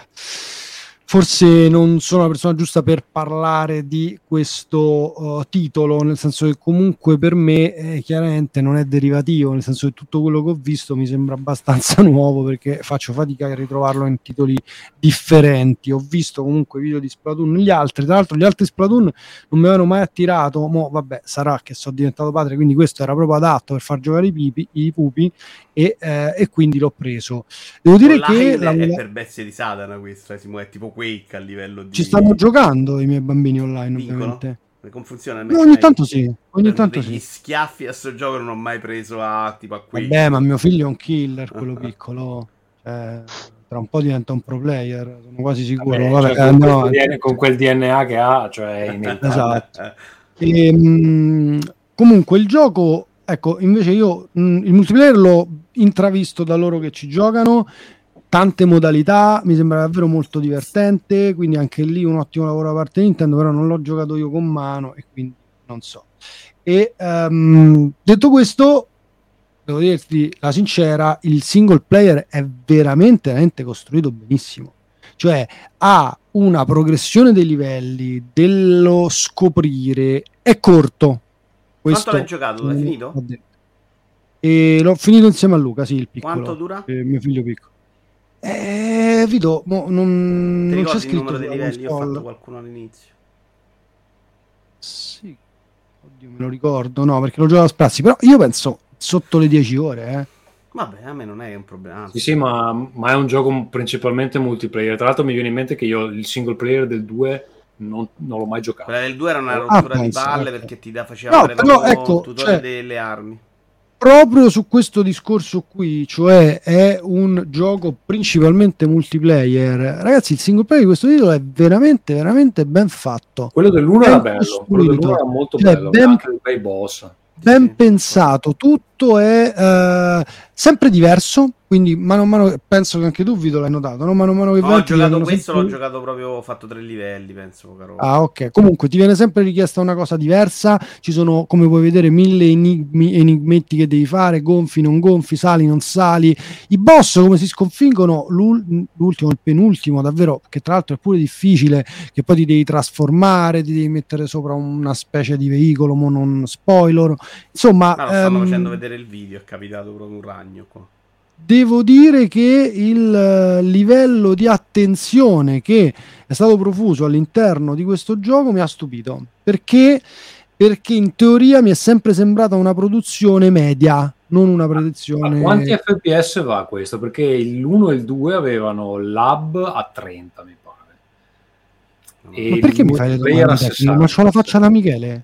forse non sono la persona giusta per parlare di questo uh, titolo, nel senso che comunque per me eh, chiaramente non è derivativo, nel senso che tutto quello che ho visto mi sembra abbastanza nuovo perché faccio fatica a ritrovarlo in titoli differenti. Ho visto comunque video di Splatoon, gli altri, tra l'altro gli altri Splatoon non mi avevano mai attirato, mo vabbè sarà che sono diventato padre, quindi questo era proprio adatto per far giocare i, pipi, i pupi e, eh, e quindi l'ho preso. Devo dire che la... è per bestie di Satana questo, eh, si muove tipo Quake a livello di... Ci stanno giocando i miei bambini online, Vincono? ovviamente. Come funziona? No, ogni tanto sì, ogni tanto degli sì. schiaffi a sto gioco non ho mai preso a tipo a Quake. Vabbè, ma mio figlio è un killer, quello piccolo. Cioè, tra un po' diventa un pro player, sono quasi sicuro. Vabbè, Vabbè, cioè, eh, con, no, quel D N A, con quel D N A che ha, cioè è inevitabile. esatto. E, mh, comunque il gioco, ecco, invece io mh, il multiplayer l'ho intravisto da loro che ci giocano, tante modalità, mi sembra davvero molto divertente, quindi anche lì un ottimo lavoro da parte di Nintendo, però non l'ho giocato io con mano e quindi non so. E um, detto questo, devo dirti la sincera, il single player è veramente, veramente costruito benissimo, cioè ha una progressione dei livelli, dello scoprire, è corto. Questo quanto l'hai giocato? L'hai finito? E l'ho finito insieme a Luca, sì, il piccolo. Quanto dura? Eh, mio figlio piccolo. Eh, Vito, mo, non, Ti non c'è il scritto numero dei livelli? Io ho console. fatto qualcuno all'inizio. Sì, oddio, me lo ricordo, no, perché lo gioco a sprazzi, però io penso sotto le dieci ore, eh. Vabbè, a me non è un problema. Sì, sì, ma, ma è un gioco principalmente multiplayer. Tra l'altro mi viene in mente che io il single player del due non, non l'ho mai giocato. Quella del due era una Ah, rottura penso, di palle ecco. perché ti da, faceva No, fare però, proprio ecco, il tutorial cioè- delle armi. Proprio su questo discorso qui, cioè è un gioco principalmente multiplayer, ragazzi, il single player di questo titolo è veramente, veramente ben fatto. Quello dell'uno Ben era bello, quello dell'uno costruito. era molto Cioè, bello, ben- anche il bei boss. ben Sì. pensato, tutto è eh, sempre diverso, quindi mano a mano, penso che anche tu Vito l'hai notato, no? Mano a mano che No, vai ho giocato questo, sempre... l'ho giocato proprio, ho fatto tre livelli, penso, caro. Ah, ok. Comunque ti viene sempre richiesta una cosa diversa, ci sono, come puoi vedere, mille enigmi, enigmetti che devi fare, gonfi, non gonfi, sali, non sali. I boss come si sconfiggono, l'ul- l'ultimo, il penultimo, davvero, che tra l'altro è pure difficile, che poi ti devi trasformare, ti devi mettere sopra una specie di veicolo, ma non spoiler. Insomma, Ma lo stanno ehm, facendo vedere il video, è capitato proprio un ragno qua. devo dire che il eh, livello di attenzione che è stato profuso all'interno di questo gioco mi ha stupito, perché perché in teoria mi è sempre sembrata una produzione media, non una A produzione... quanti F P S va questo? Perché l'uno e il due avevano l'hub a trenta, mi pare. E Ma perché il mi fai le multiplayer domande a tecniche? Ma c'ho la faccia da Michele?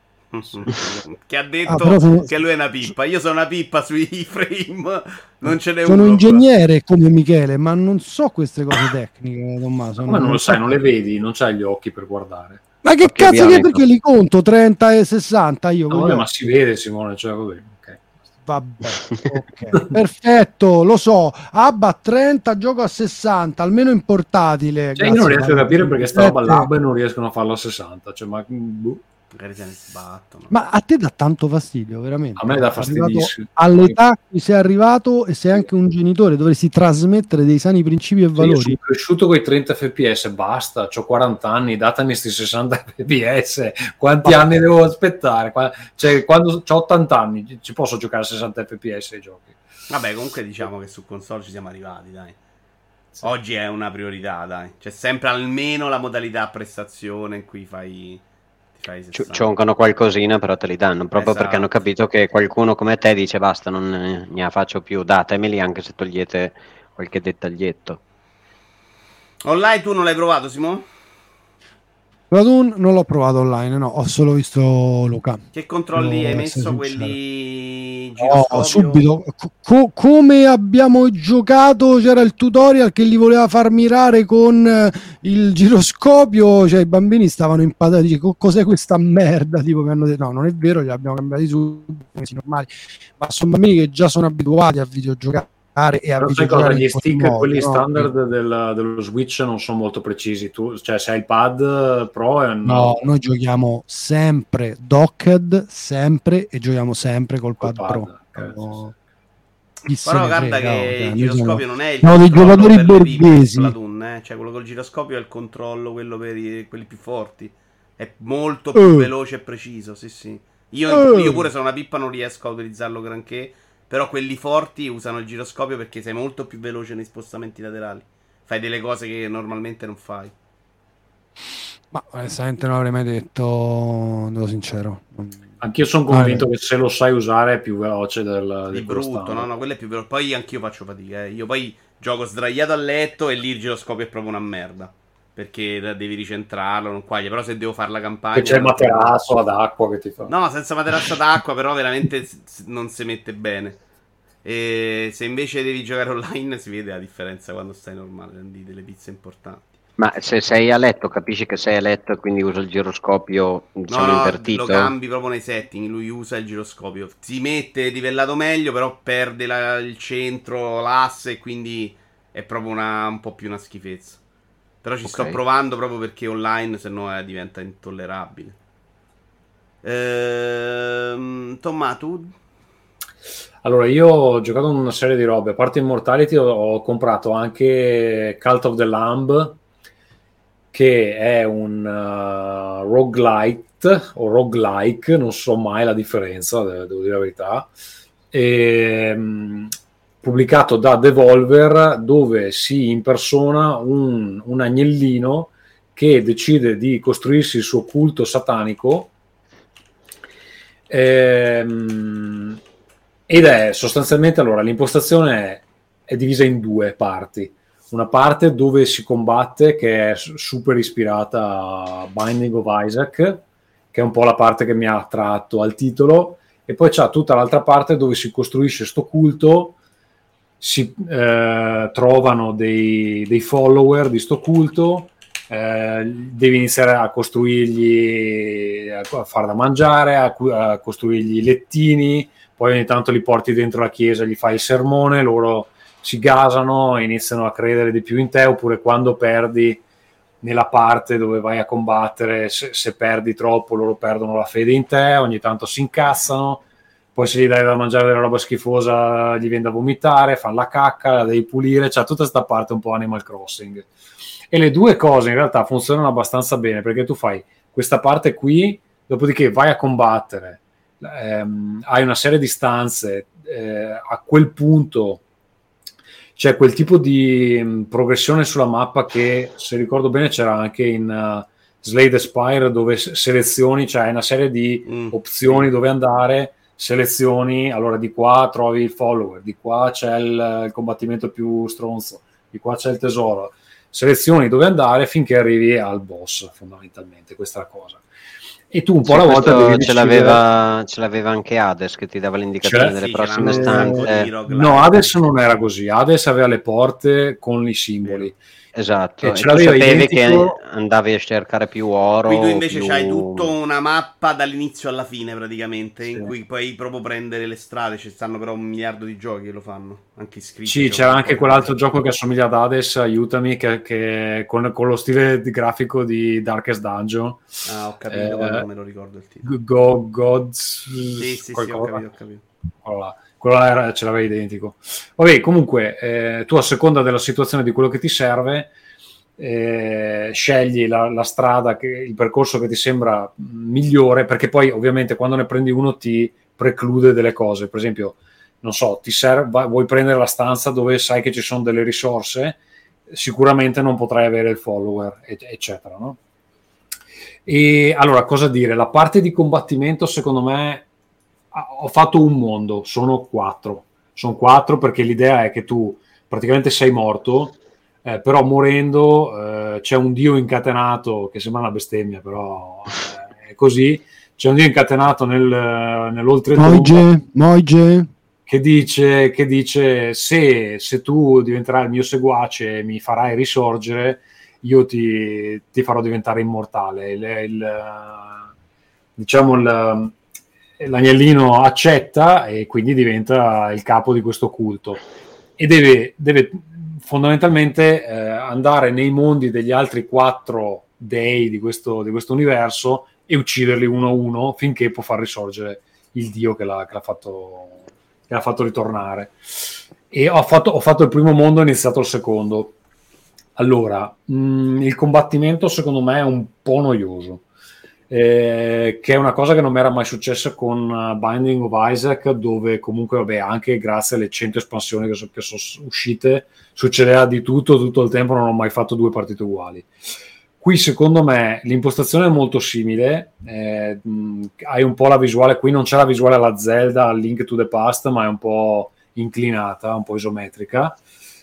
Che ha detto Ah, però sono- che lui è una pippa. Io sono una pippa sui frame, non ce n'è Sono uno. ingegnere come Michele, ma non so queste cose tecniche, Tommaso. Come non lo so. sai, non le vedi, non c'hai gli occhi per guardare. Ma che Occhio cazzo che bionico. perché li conto trenta e sessanta io? No, con gli vabbè, ma occhi? si vede, Simone, cioè, vabbè, ok. Vabbè, ok. Perfetto, lo so. Abba a trenta, gioco a sessanta, almeno in portatile. Cioè, io non Grazie, riesco a Paolo. capire perché sta roba Sette. lab e non riescono a farlo a sessanta. Cioè, ma, boh. Magari se ne sbattono. Ma a te dà tanto fastidio, veramente. A me dà Arrivato fastidissimo. all'età a cui sei arrivato e sei anche un genitore, dovresti trasmettere dei sani principi e Cioè, io valori. sono cresciuto con i trenta F P S, basta, ho quaranta anni, datemi sti sessanta F P S, quanti anni devo aspettare? Qua- Cioè, quando ho ottanta anni ci posso giocare a sessanta F P S ai giochi. Vabbè, comunque diciamo che su console ci siamo arrivati, dai. Oggi è una priorità, dai. C'è sempre almeno la modalità a prestazione in cui fai... ti fai Ci sessanta. cioncano qualcosina, però te li danno, proprio Esatto. perché hanno capito che qualcuno come te dice basta, non ne ne la faccio più, datemeli anche se togliete qualche dettaglietto. Online tu non l'hai provato, Simo? Splatoon non l'ho provato online, no, ho solo visto Luca. Che controlli Devo hai essere messo? sincero. Quelli No, giroscopio? subito. Co- come abbiamo giocato, c'era il tutorial che li voleva far mirare con eh, il giroscopio, cioè i bambini stavano impatati, dice, "Co- cos'è questa merda?" Tipo che hanno detto, no, non è vero, li abbiamo cambiati subito, normali, ma sono bambini che già sono abituati a videogiocare e a Però sai videogiocare cosa? in Gli quel stick, modo, quelli no? standard del- dello Switch non sono molto precisi. Tu, cioè, se hai il pad Pro è un... No, noi giochiamo sempre docked, sempre, e giochiamo sempre col Col pad, pad, pro. cazzo, No, chi se Però ne guarda frega, che oh, cioè, il noi giroscopio siamo- non è il siamo dei controllo giocatori per le pippe in borghesi. Splatoon, eh. Cioè quello col giroscopio è il controllo, quello per i- quelli più forti. È molto più Eh. veloce e preciso, sì sì. Io, Eh. io pure sono una pippa, non riesco a utilizzarlo granché. Però quelli forti usano il giroscopio perché sei molto più veloce nei spostamenti laterali. Fai delle cose che normalmente non fai. Ma onestamente non l'avrei mai detto, devo sincero. Anch'io sono convinto che se lo sai usare è più veloce del, Di di quello brutto, standard. no, no, quello è più veloce. Poi anch'io faccio fatica, eh. Io poi gioco sdraiato a letto e lì il giroscopio è proprio una merda. Perché devi ricentrarlo, non quaglia. Però se devo fare la campagna... Che c'è il materasso ad acqua che ti fa. No, senza materasso d'acqua, però veramente s- s- non si mette bene. E se invece devi giocare online si vede la differenza quando stai normale, prendi delle pizze importanti. Ma se sei a letto, capisci che sei a letto e quindi usa il giroscopio, diciamo, No, no, invertito? lo cambi proprio nei setting, lui usa il giroscopio. Si mette livellato meglio, però perde la- il centro, l'asse, e quindi è proprio una, un po' più una schifezza. Però ci sto Ok. provando proprio perché online se no eh, diventa intollerabile. Ehm, Tomma, tu? Allora, io ho giocato una serie di robe. A parte Immortality, ho, ho comprato anche Cult of the Lamb, che è un uh, roguelite o roguelike, non so mai la differenza, de- devo dire la verità. E, mh, pubblicato da Devolver, dove si impersona un, un agnellino che decide di costruirsi il suo culto satanico. Ehm, ed è sostanzialmente, allora, l'impostazione è, è divisa in due parti. Una parte dove si combatte, che è su- super ispirata a Binding of Isaac, che è un po' la parte che mi ha attratto al titolo, e poi c'è tutta l'altra parte dove si costruisce sto culto, si eh, trovano dei, dei follower di sto culto, eh, devi iniziare a costruirgli, a far da mangiare, a, cu- a costruirgli i lettini, poi ogni tanto li porti dentro la chiesa, gli fai il sermone, loro si gasano e iniziano a credere di più in te, oppure quando perdi nella parte dove vai a combattere, se, se perdi troppo loro perdono la fede in te, ogni tanto si incazzano, poi se gli dai da mangiare della roba schifosa gli viene da vomitare, fanno la cacca, la devi pulire, cioè tutta sta parte un po' Animal Crossing. E le due cose in realtà funzionano abbastanza bene, perché tu fai questa parte qui, dopodiché vai a combattere, ehm, hai una serie di stanze, eh, a quel punto c'è quel tipo di mh, progressione sulla mappa che, se ricordo bene, c'era anche in uh, Slay the Spire, dove s- selezioni, cioè hai una serie di Mm. opzioni dove andare, selezioni, allora di qua trovi il follower, di qua c'è il, il combattimento più stronzo, di qua c'è il tesoro, selezioni dove andare finché arrivi al boss, fondamentalmente, questa è la cosa. E tu un po' Sì, alla volta questo devi ce decidere... l'aveva, ce l'aveva anche Hades, che ti dava l'indicazione C'è- delle Sì, prossime ce l'hanno un sacco stanze. di roguelike. No, Hades non era così, Hades aveva le porte con i simboli. Esatto, E e ce tu l'aveva sapevi identico- che andavi a cercare più oro. Qui tu invece più... c'hai tutta una mappa dall'inizio alla fine praticamente, Sì. in cui puoi proprio prendere le strade, ci stanno però un miliardo di giochi che lo fanno, anche iscritti. Sì, c'era anche quell'altro gioco che assomiglia ad Hades, aiutami, che, che con, con lo stile di grafico di Darkest Dungeon. Ah, ho capito, Eh, ma non me lo ricordo il titolo. Go, Gods... Sì, sì, sì, ho qualcosa. capito, ho capito. Quello là. Quello là era, ce l'aveva identico. Vabbè, comunque, eh, tu a seconda della situazione di quello che ti serve, eh, scegli la, la strada, che, il percorso che ti sembra migliore, perché poi ovviamente quando ne prendi uno ti preclude delle cose. Per esempio, non so, ti serve, vuoi prendere la stanza dove sai che ci sono delle risorse, sicuramente non potrai avere il follower, eccetera, no? E allora, cosa dire? La parte di combattimento, secondo me, ho fatto un mondo, sono quattro. Sono quattro perché l'idea è che tu praticamente sei morto, eh, però morendo eh, c'è un dio incatenato, che sembra una bestemmia, però eh, è così, c'è un dio incatenato nel, nell'oltretomba Moige, Moige. che dice, che dice se, se tu diventerai il mio seguace e mi farai risorgere, io ti, ti farò diventare immortale. Il, il, diciamo il, l'agnellino accetta e quindi diventa il capo di questo culto e deve, deve fondamentalmente eh, andare nei mondi degli altri quattro dei di questo, di questo universo e ucciderli uno a uno finché può far risorgere il dio che l'ha, che l'ha fatto che l'ha fatto ritornare. E ho fatto, ho fatto il primo mondo e ho iniziato il secondo. Allora, mh, il combattimento secondo me è un po' noioso, eh, che è una cosa che non mi era mai successa con uh, Binding of Isaac, dove comunque, vabbè, anche grazie alle cento espansioni che, so, che sono uscite, succedeva di tutto, tutto il tempo, non ho mai fatto due partite uguali. Qui secondo me l'impostazione è molto simile, eh, mh, hai un po' la visuale, qui non c'è la visuale alla Zelda, al Link to the Past, ma è un po' inclinata, un po' isometrica,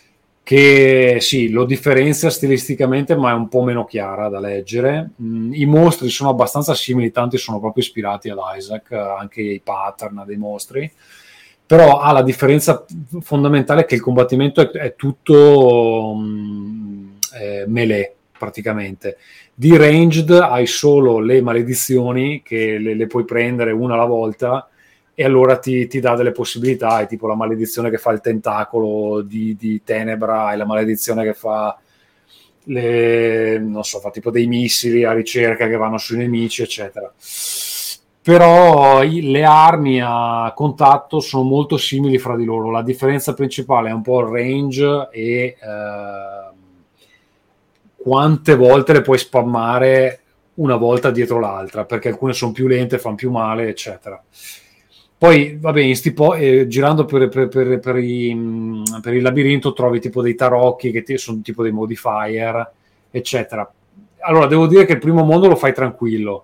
che sì, lo differenzia stilisticamente, ma è un po' meno chiara da leggere. Mm, i mostri sono abbastanza simili, tanti sono proprio ispirati ad Isaac, anche i pattern dei mostri, però ha la differenza fondamentale che il combattimento è, è tutto mm, eh, melee, praticamente. Di ranged hai solo le maledizioni, che le, le puoi prendere una alla volta, e allora ti, ti dà delle possibilità, è tipo la maledizione che fa il tentacolo di, di tenebra, e la maledizione che fa le, non so, fa tipo dei missili a ricerca che vanno sui nemici, eccetera. Però i, le armi a contatto sono molto simili fra di loro, la differenza principale è un po' il range e eh, quante volte le puoi spammare una volta dietro l'altra, perché alcune sono più lente, fanno più male, eccetera. Poi, vabbè, in sti po- eh, girando per, per, per, per, i, per il labirinto trovi tipo dei tarocchi che ti, sono tipo dei modifier, eccetera. Allora, devo dire che il primo mondo lo fai tranquillo.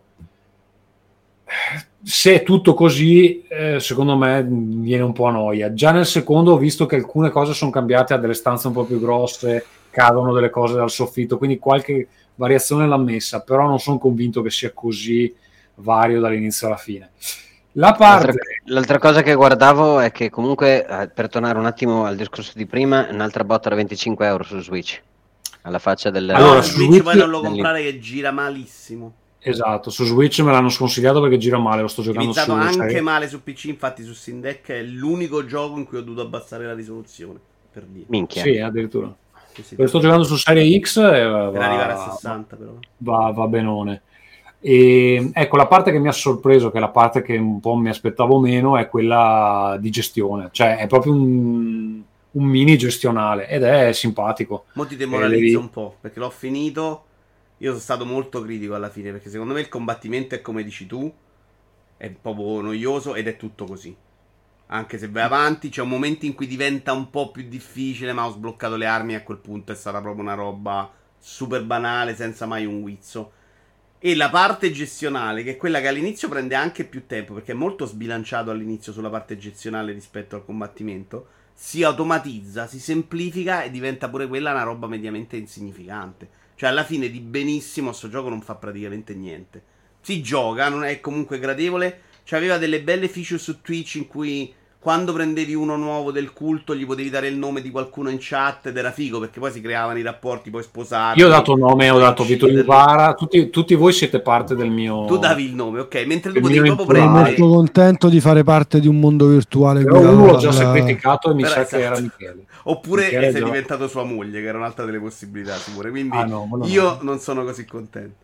Se è tutto così, eh, secondo me viene un po' a noia. Già nel secondo ho visto che alcune cose sono cambiate, a delle stanze un po' più grosse, cadono delle cose dal soffitto, quindi qualche variazione l'ha messa, però non sono convinto che sia così vario dall'inizio alla fine. La parte... l'altra, l'altra cosa che guardavo è che comunque, eh, per tornare un attimo al discorso di prima, un'altra botta da venticinque euro su Switch, alla faccia del... Allora, no, su Switch Switch poi non lo comprare che gira malissimo. Esatto, su Switch me l'hanno sconsigliato perché gira male, lo sto giocando su Utilizzato anche sai- male su P C, infatti su Steam Deck è l'unico gioco in cui ho dovuto abbassare la risoluzione, per dire. Minchia. Sì, addirittura. Sì, sì, Lo sto giocando su Serie X e va, per arrivare a sessanta però. va, va benone. E ecco, la parte che mi ha sorpreso, che è la parte che un po' mi aspettavo meno, è quella di gestione, cioè è proprio un, un mini gestionale ed è simpatico. Mo ti Eh, demoralizzo devi- un po', perché l'ho finito. Io sono stato molto critico alla fine, perché secondo me il combattimento è come dici tu, è proprio noioso ed è tutto così. Anche se vai avanti, c'è un momento in cui diventa un po' più difficile, ma ho sbloccato le armi e a quel punto è stata proprio una roba super banale, senza mai un guizzo. E la parte gestionale, che è quella che all'inizio prende anche più tempo, perché è molto sbilanciato all'inizio sulla parte gestionale rispetto al combattimento, si automatizza, si semplifica e diventa pure quella una roba mediamente insignificante. Cioè alla fine di benissimo sto gioco non fa praticamente niente. Si gioca, non è comunque gradevole. Cioè aveva delle belle feature su Twitch in cui quando prendevi uno nuovo del culto gli potevi dare il nome di qualcuno in chat ed era figo, perché poi si creavano i rapporti, poi sposarli. Io ho dato nome, ho poi dato Vito ucciderli. Iuvara, tutti, tutti voi siete parte del mio... Tu davi il nome, ok, mentre tu Il potevi mio proprio Sono entourage. molto prendere. contento di fare parte di un mondo virtuale Però guidato uno l'ho già dalla- sacrificato e mi Però sa esatto. che era Michele. Oppure Michele sei già- diventato sua moglie, che era un'altra delle possibilità sicure. Quindi Ah, no, quello no. io non sono così contento.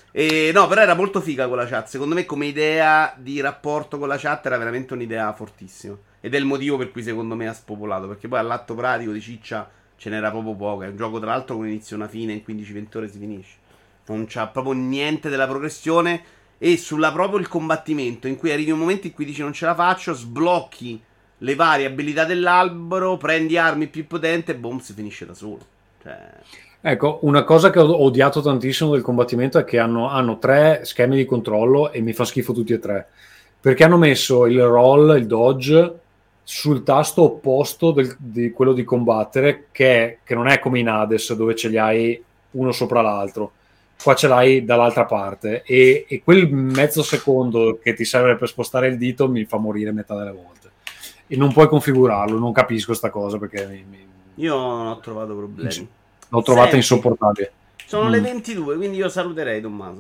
E no, però era molto figa quella chat. Secondo me, come idea di rapporto con la chat, era veramente un'idea fortissima. Ed è il motivo per cui secondo me ha spopolato. Perché poi all'atto pratico di ciccia ce n'era proprio poco. È un gioco, tra l'altro, con un inizio e una fine. In quindici venti ore si finisce. Non c'ha proprio niente della progressione. E sulla proprio il combattimento, in cui arrivi un momento in cui dici non ce la faccio, sblocchi le varie abilità dell'albero, prendi armi più potenti e boom, si finisce da solo. Cioè... Ecco, una cosa che ho odiato tantissimo del combattimento è che hanno, hanno tre schemi di controllo e mi fa schifo tutti e tre. Perché hanno messo il roll, il dodge, sul tasto opposto del- di quello di combattere, che, è- che non è come in Hades, dove ce li hai uno sopra l'altro. Qua ce l'hai dall'altra parte. E, e quel mezzo secondo che ti serve per spostare il dito mi fa morire metà delle volte. E non puoi configurarlo, non capisco sta cosa perché mi- mi- Io non ho trovato problemi. l'ho trovata Senti, insopportabile. Sono Mm. le ventidue, quindi io saluterei Tommaso.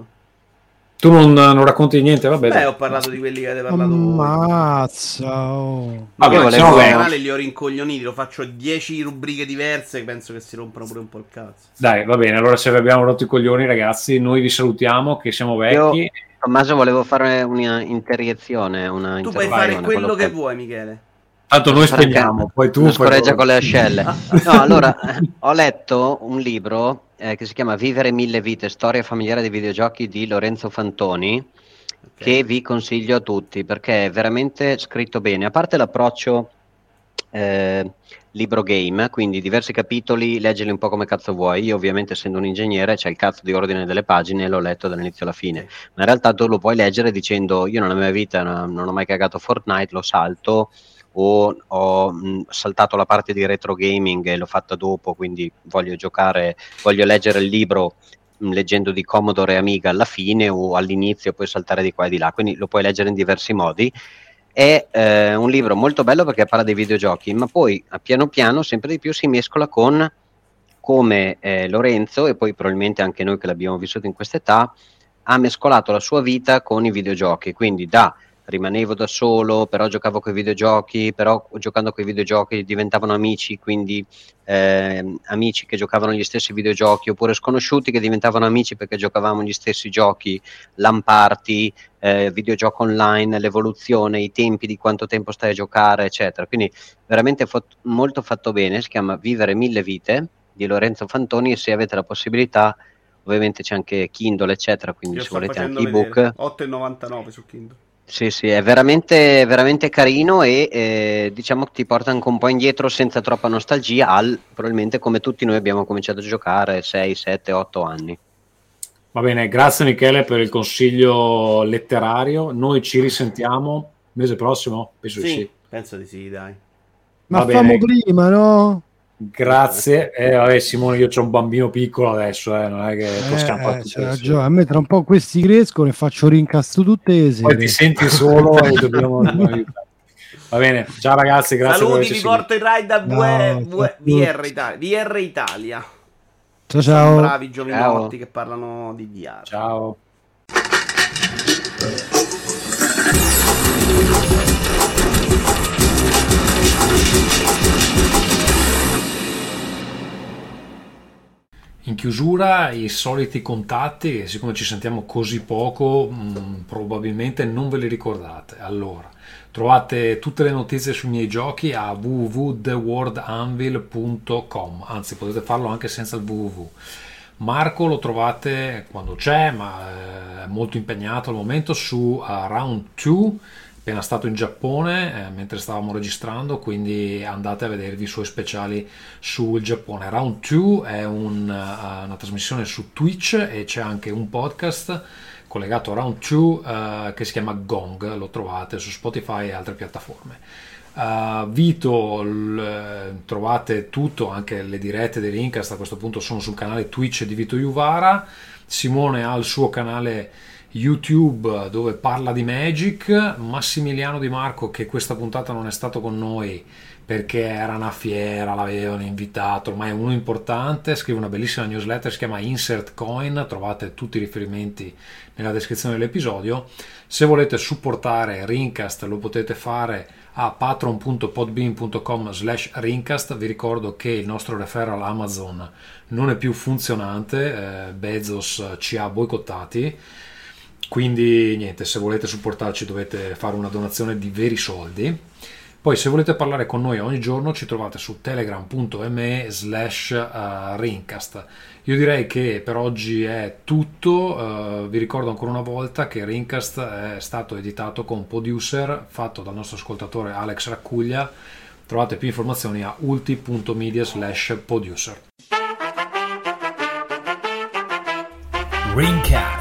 Tu non, non racconti niente, vabbè. Beh, dai. ho parlato di quelli che avete parlato voi. Ammazza, oh. Vabbè, Io volevo- volevo... vabbè. canale li ho rincoglioniti, lo faccio dieci rubriche diverse, penso che si rompano pure un po' il cazzo. Dai, va bene, allora se vi abbiamo rotto i coglioni ragazzi, noi vi salutiamo che siamo vecchi. Io, Tommaso, volevo fare una interiezione, una Tu puoi interrogazione, fare quello che che vuoi, Michele. Tanto noi Perché spegniamo, poi tu non fai scorreggia loro. con le ascelle. No, allora, eh, ho letto un libro eh, che si chiama Vivere mille vite, storia familiare dei videogiochi di Lorenzo Fantoni, Ok. che vi consiglio a tutti perché è veramente scritto bene. A parte l'approccio eh, libro game, quindi diversi capitoli, leggili un po' come cazzo vuoi. Io ovviamente, essendo un ingegnere, c'è il cazzo di ordine delle pagine e l'ho letto dall'inizio alla fine. Ok. Ma in realtà tu lo puoi leggere dicendo: io nella mia vita no- non ho mai cagato Fortnite, lo salto, o ho mh, saltato la parte di retro gaming e l'ho fatta dopo, quindi voglio giocare, voglio leggere il libro mh, leggendo di Commodore e Amiga alla fine o all'inizio e poi saltare di qua e di là, quindi lo puoi leggere in diversi modi. È eh, un libro molto bello perché parla dei videogiochi, ma poi a piano piano sempre di più si mescola con come eh, Lorenzo, e poi probabilmente anche noi che l'abbiamo vissuto in quest'età, ha mescolato la sua vita con i videogiochi, quindi da rimanevo da solo, però giocavo con i videogiochi, però giocando con i videogiochi diventavano amici, quindi eh, amici che giocavano gli stessi videogiochi, oppure sconosciuti che diventavano amici perché giocavamo gli stessi giochi, LAN party, eh, videogioco online, l'evoluzione, i tempi di quanto tempo stai a giocare, eccetera. Quindi veramente fot- molto fatto bene, si chiama Vivere mille vite di Lorenzo Fantoni, e se avete la possibilità, ovviamente c'è anche Kindle, eccetera, quindi Io se sto volete facendo anche vedere. ebook. otto e novantanove su Kindle. Sì, sì, è veramente, veramente carino e eh, diciamo che ti porta anche un po' indietro senza troppa nostalgia al, probabilmente come tutti noi abbiamo cominciato a giocare sei, sette, otto anni. Va bene, grazie Michele per il consiglio letterario. Noi ci risentiamo mese prossimo? Penso di Sì, sì. penso di sì, dai. Ma Va famo bene. prima, no? Grazie. Eh, vabbè, Simone, io c'ho un bambino piccolo adesso, eh, non è che possiamo Eh, fare eh, tutte c'è le ragione. sere. A me tra un po' questi crescono e faccio rincastro tutte le Poi sere. ti senti solo e dobbiamo dobbiamo aiutare. Va bene, ciao ragazzi, grazie per Saluti, averci vi seguito. porto in ride a Ciao, V- ciao a V- V R tutti. Italia. V R Italia. Ciao Sono ciao. bravi giovinotti Ciao. che parlano di V R. Ciao. In chiusura i soliti contatti, e siccome ci sentiamo così poco mh, probabilmente non ve li ricordate. Allora, trovate tutte le notizie sui miei giochi a w w w punto the world anvil punto com, anzi potete farlo anche senza il www. Marco lo trovate quando c'è, ma è molto impegnato al momento su uh, Round due, appena stato in Giappone eh, mentre stavamo registrando, quindi andate a vedere i suoi speciali sul Giappone. Round due è un, uh, una trasmissione su Twitch e c'è anche un podcast collegato a Round due uh, che si chiama Gong, lo trovate su Spotify e altre piattaforme. Uh, Vito l, trovate tutto, anche le dirette di Rincast a questo punto sono sul canale Twitch di Vito Juvara. Simone ha il suo canale YouTube dove parla di Magic. Massimiliano Di Marco, che questa puntata non è stato con noi perché era una fiera, l'avevano invitato, ormai è uno importante, scrive una bellissima newsletter, si chiama Insert Coin, trovate tutti i riferimenti nella descrizione dell'episodio. Se volete supportare Rincast lo potete fare a patreon punto podbean punto com slash rincast. Vi ricordo che il nostro referral Amazon non è più funzionante, eh, Bezos ci ha boicottati, quindi niente, se volete supportarci dovete fare una donazione di veri soldi. Poi se volete parlare con noi ogni giorno ci trovate su telegram punto me slash rincast. Io direi che per oggi è tutto. Uh, vi ricordo ancora una volta che Rincast è stato editato con Producer, fatto dal nostro ascoltatore Alex Raccuglia. Trovate più informazioni a ulti punto media slash producer. Rincast.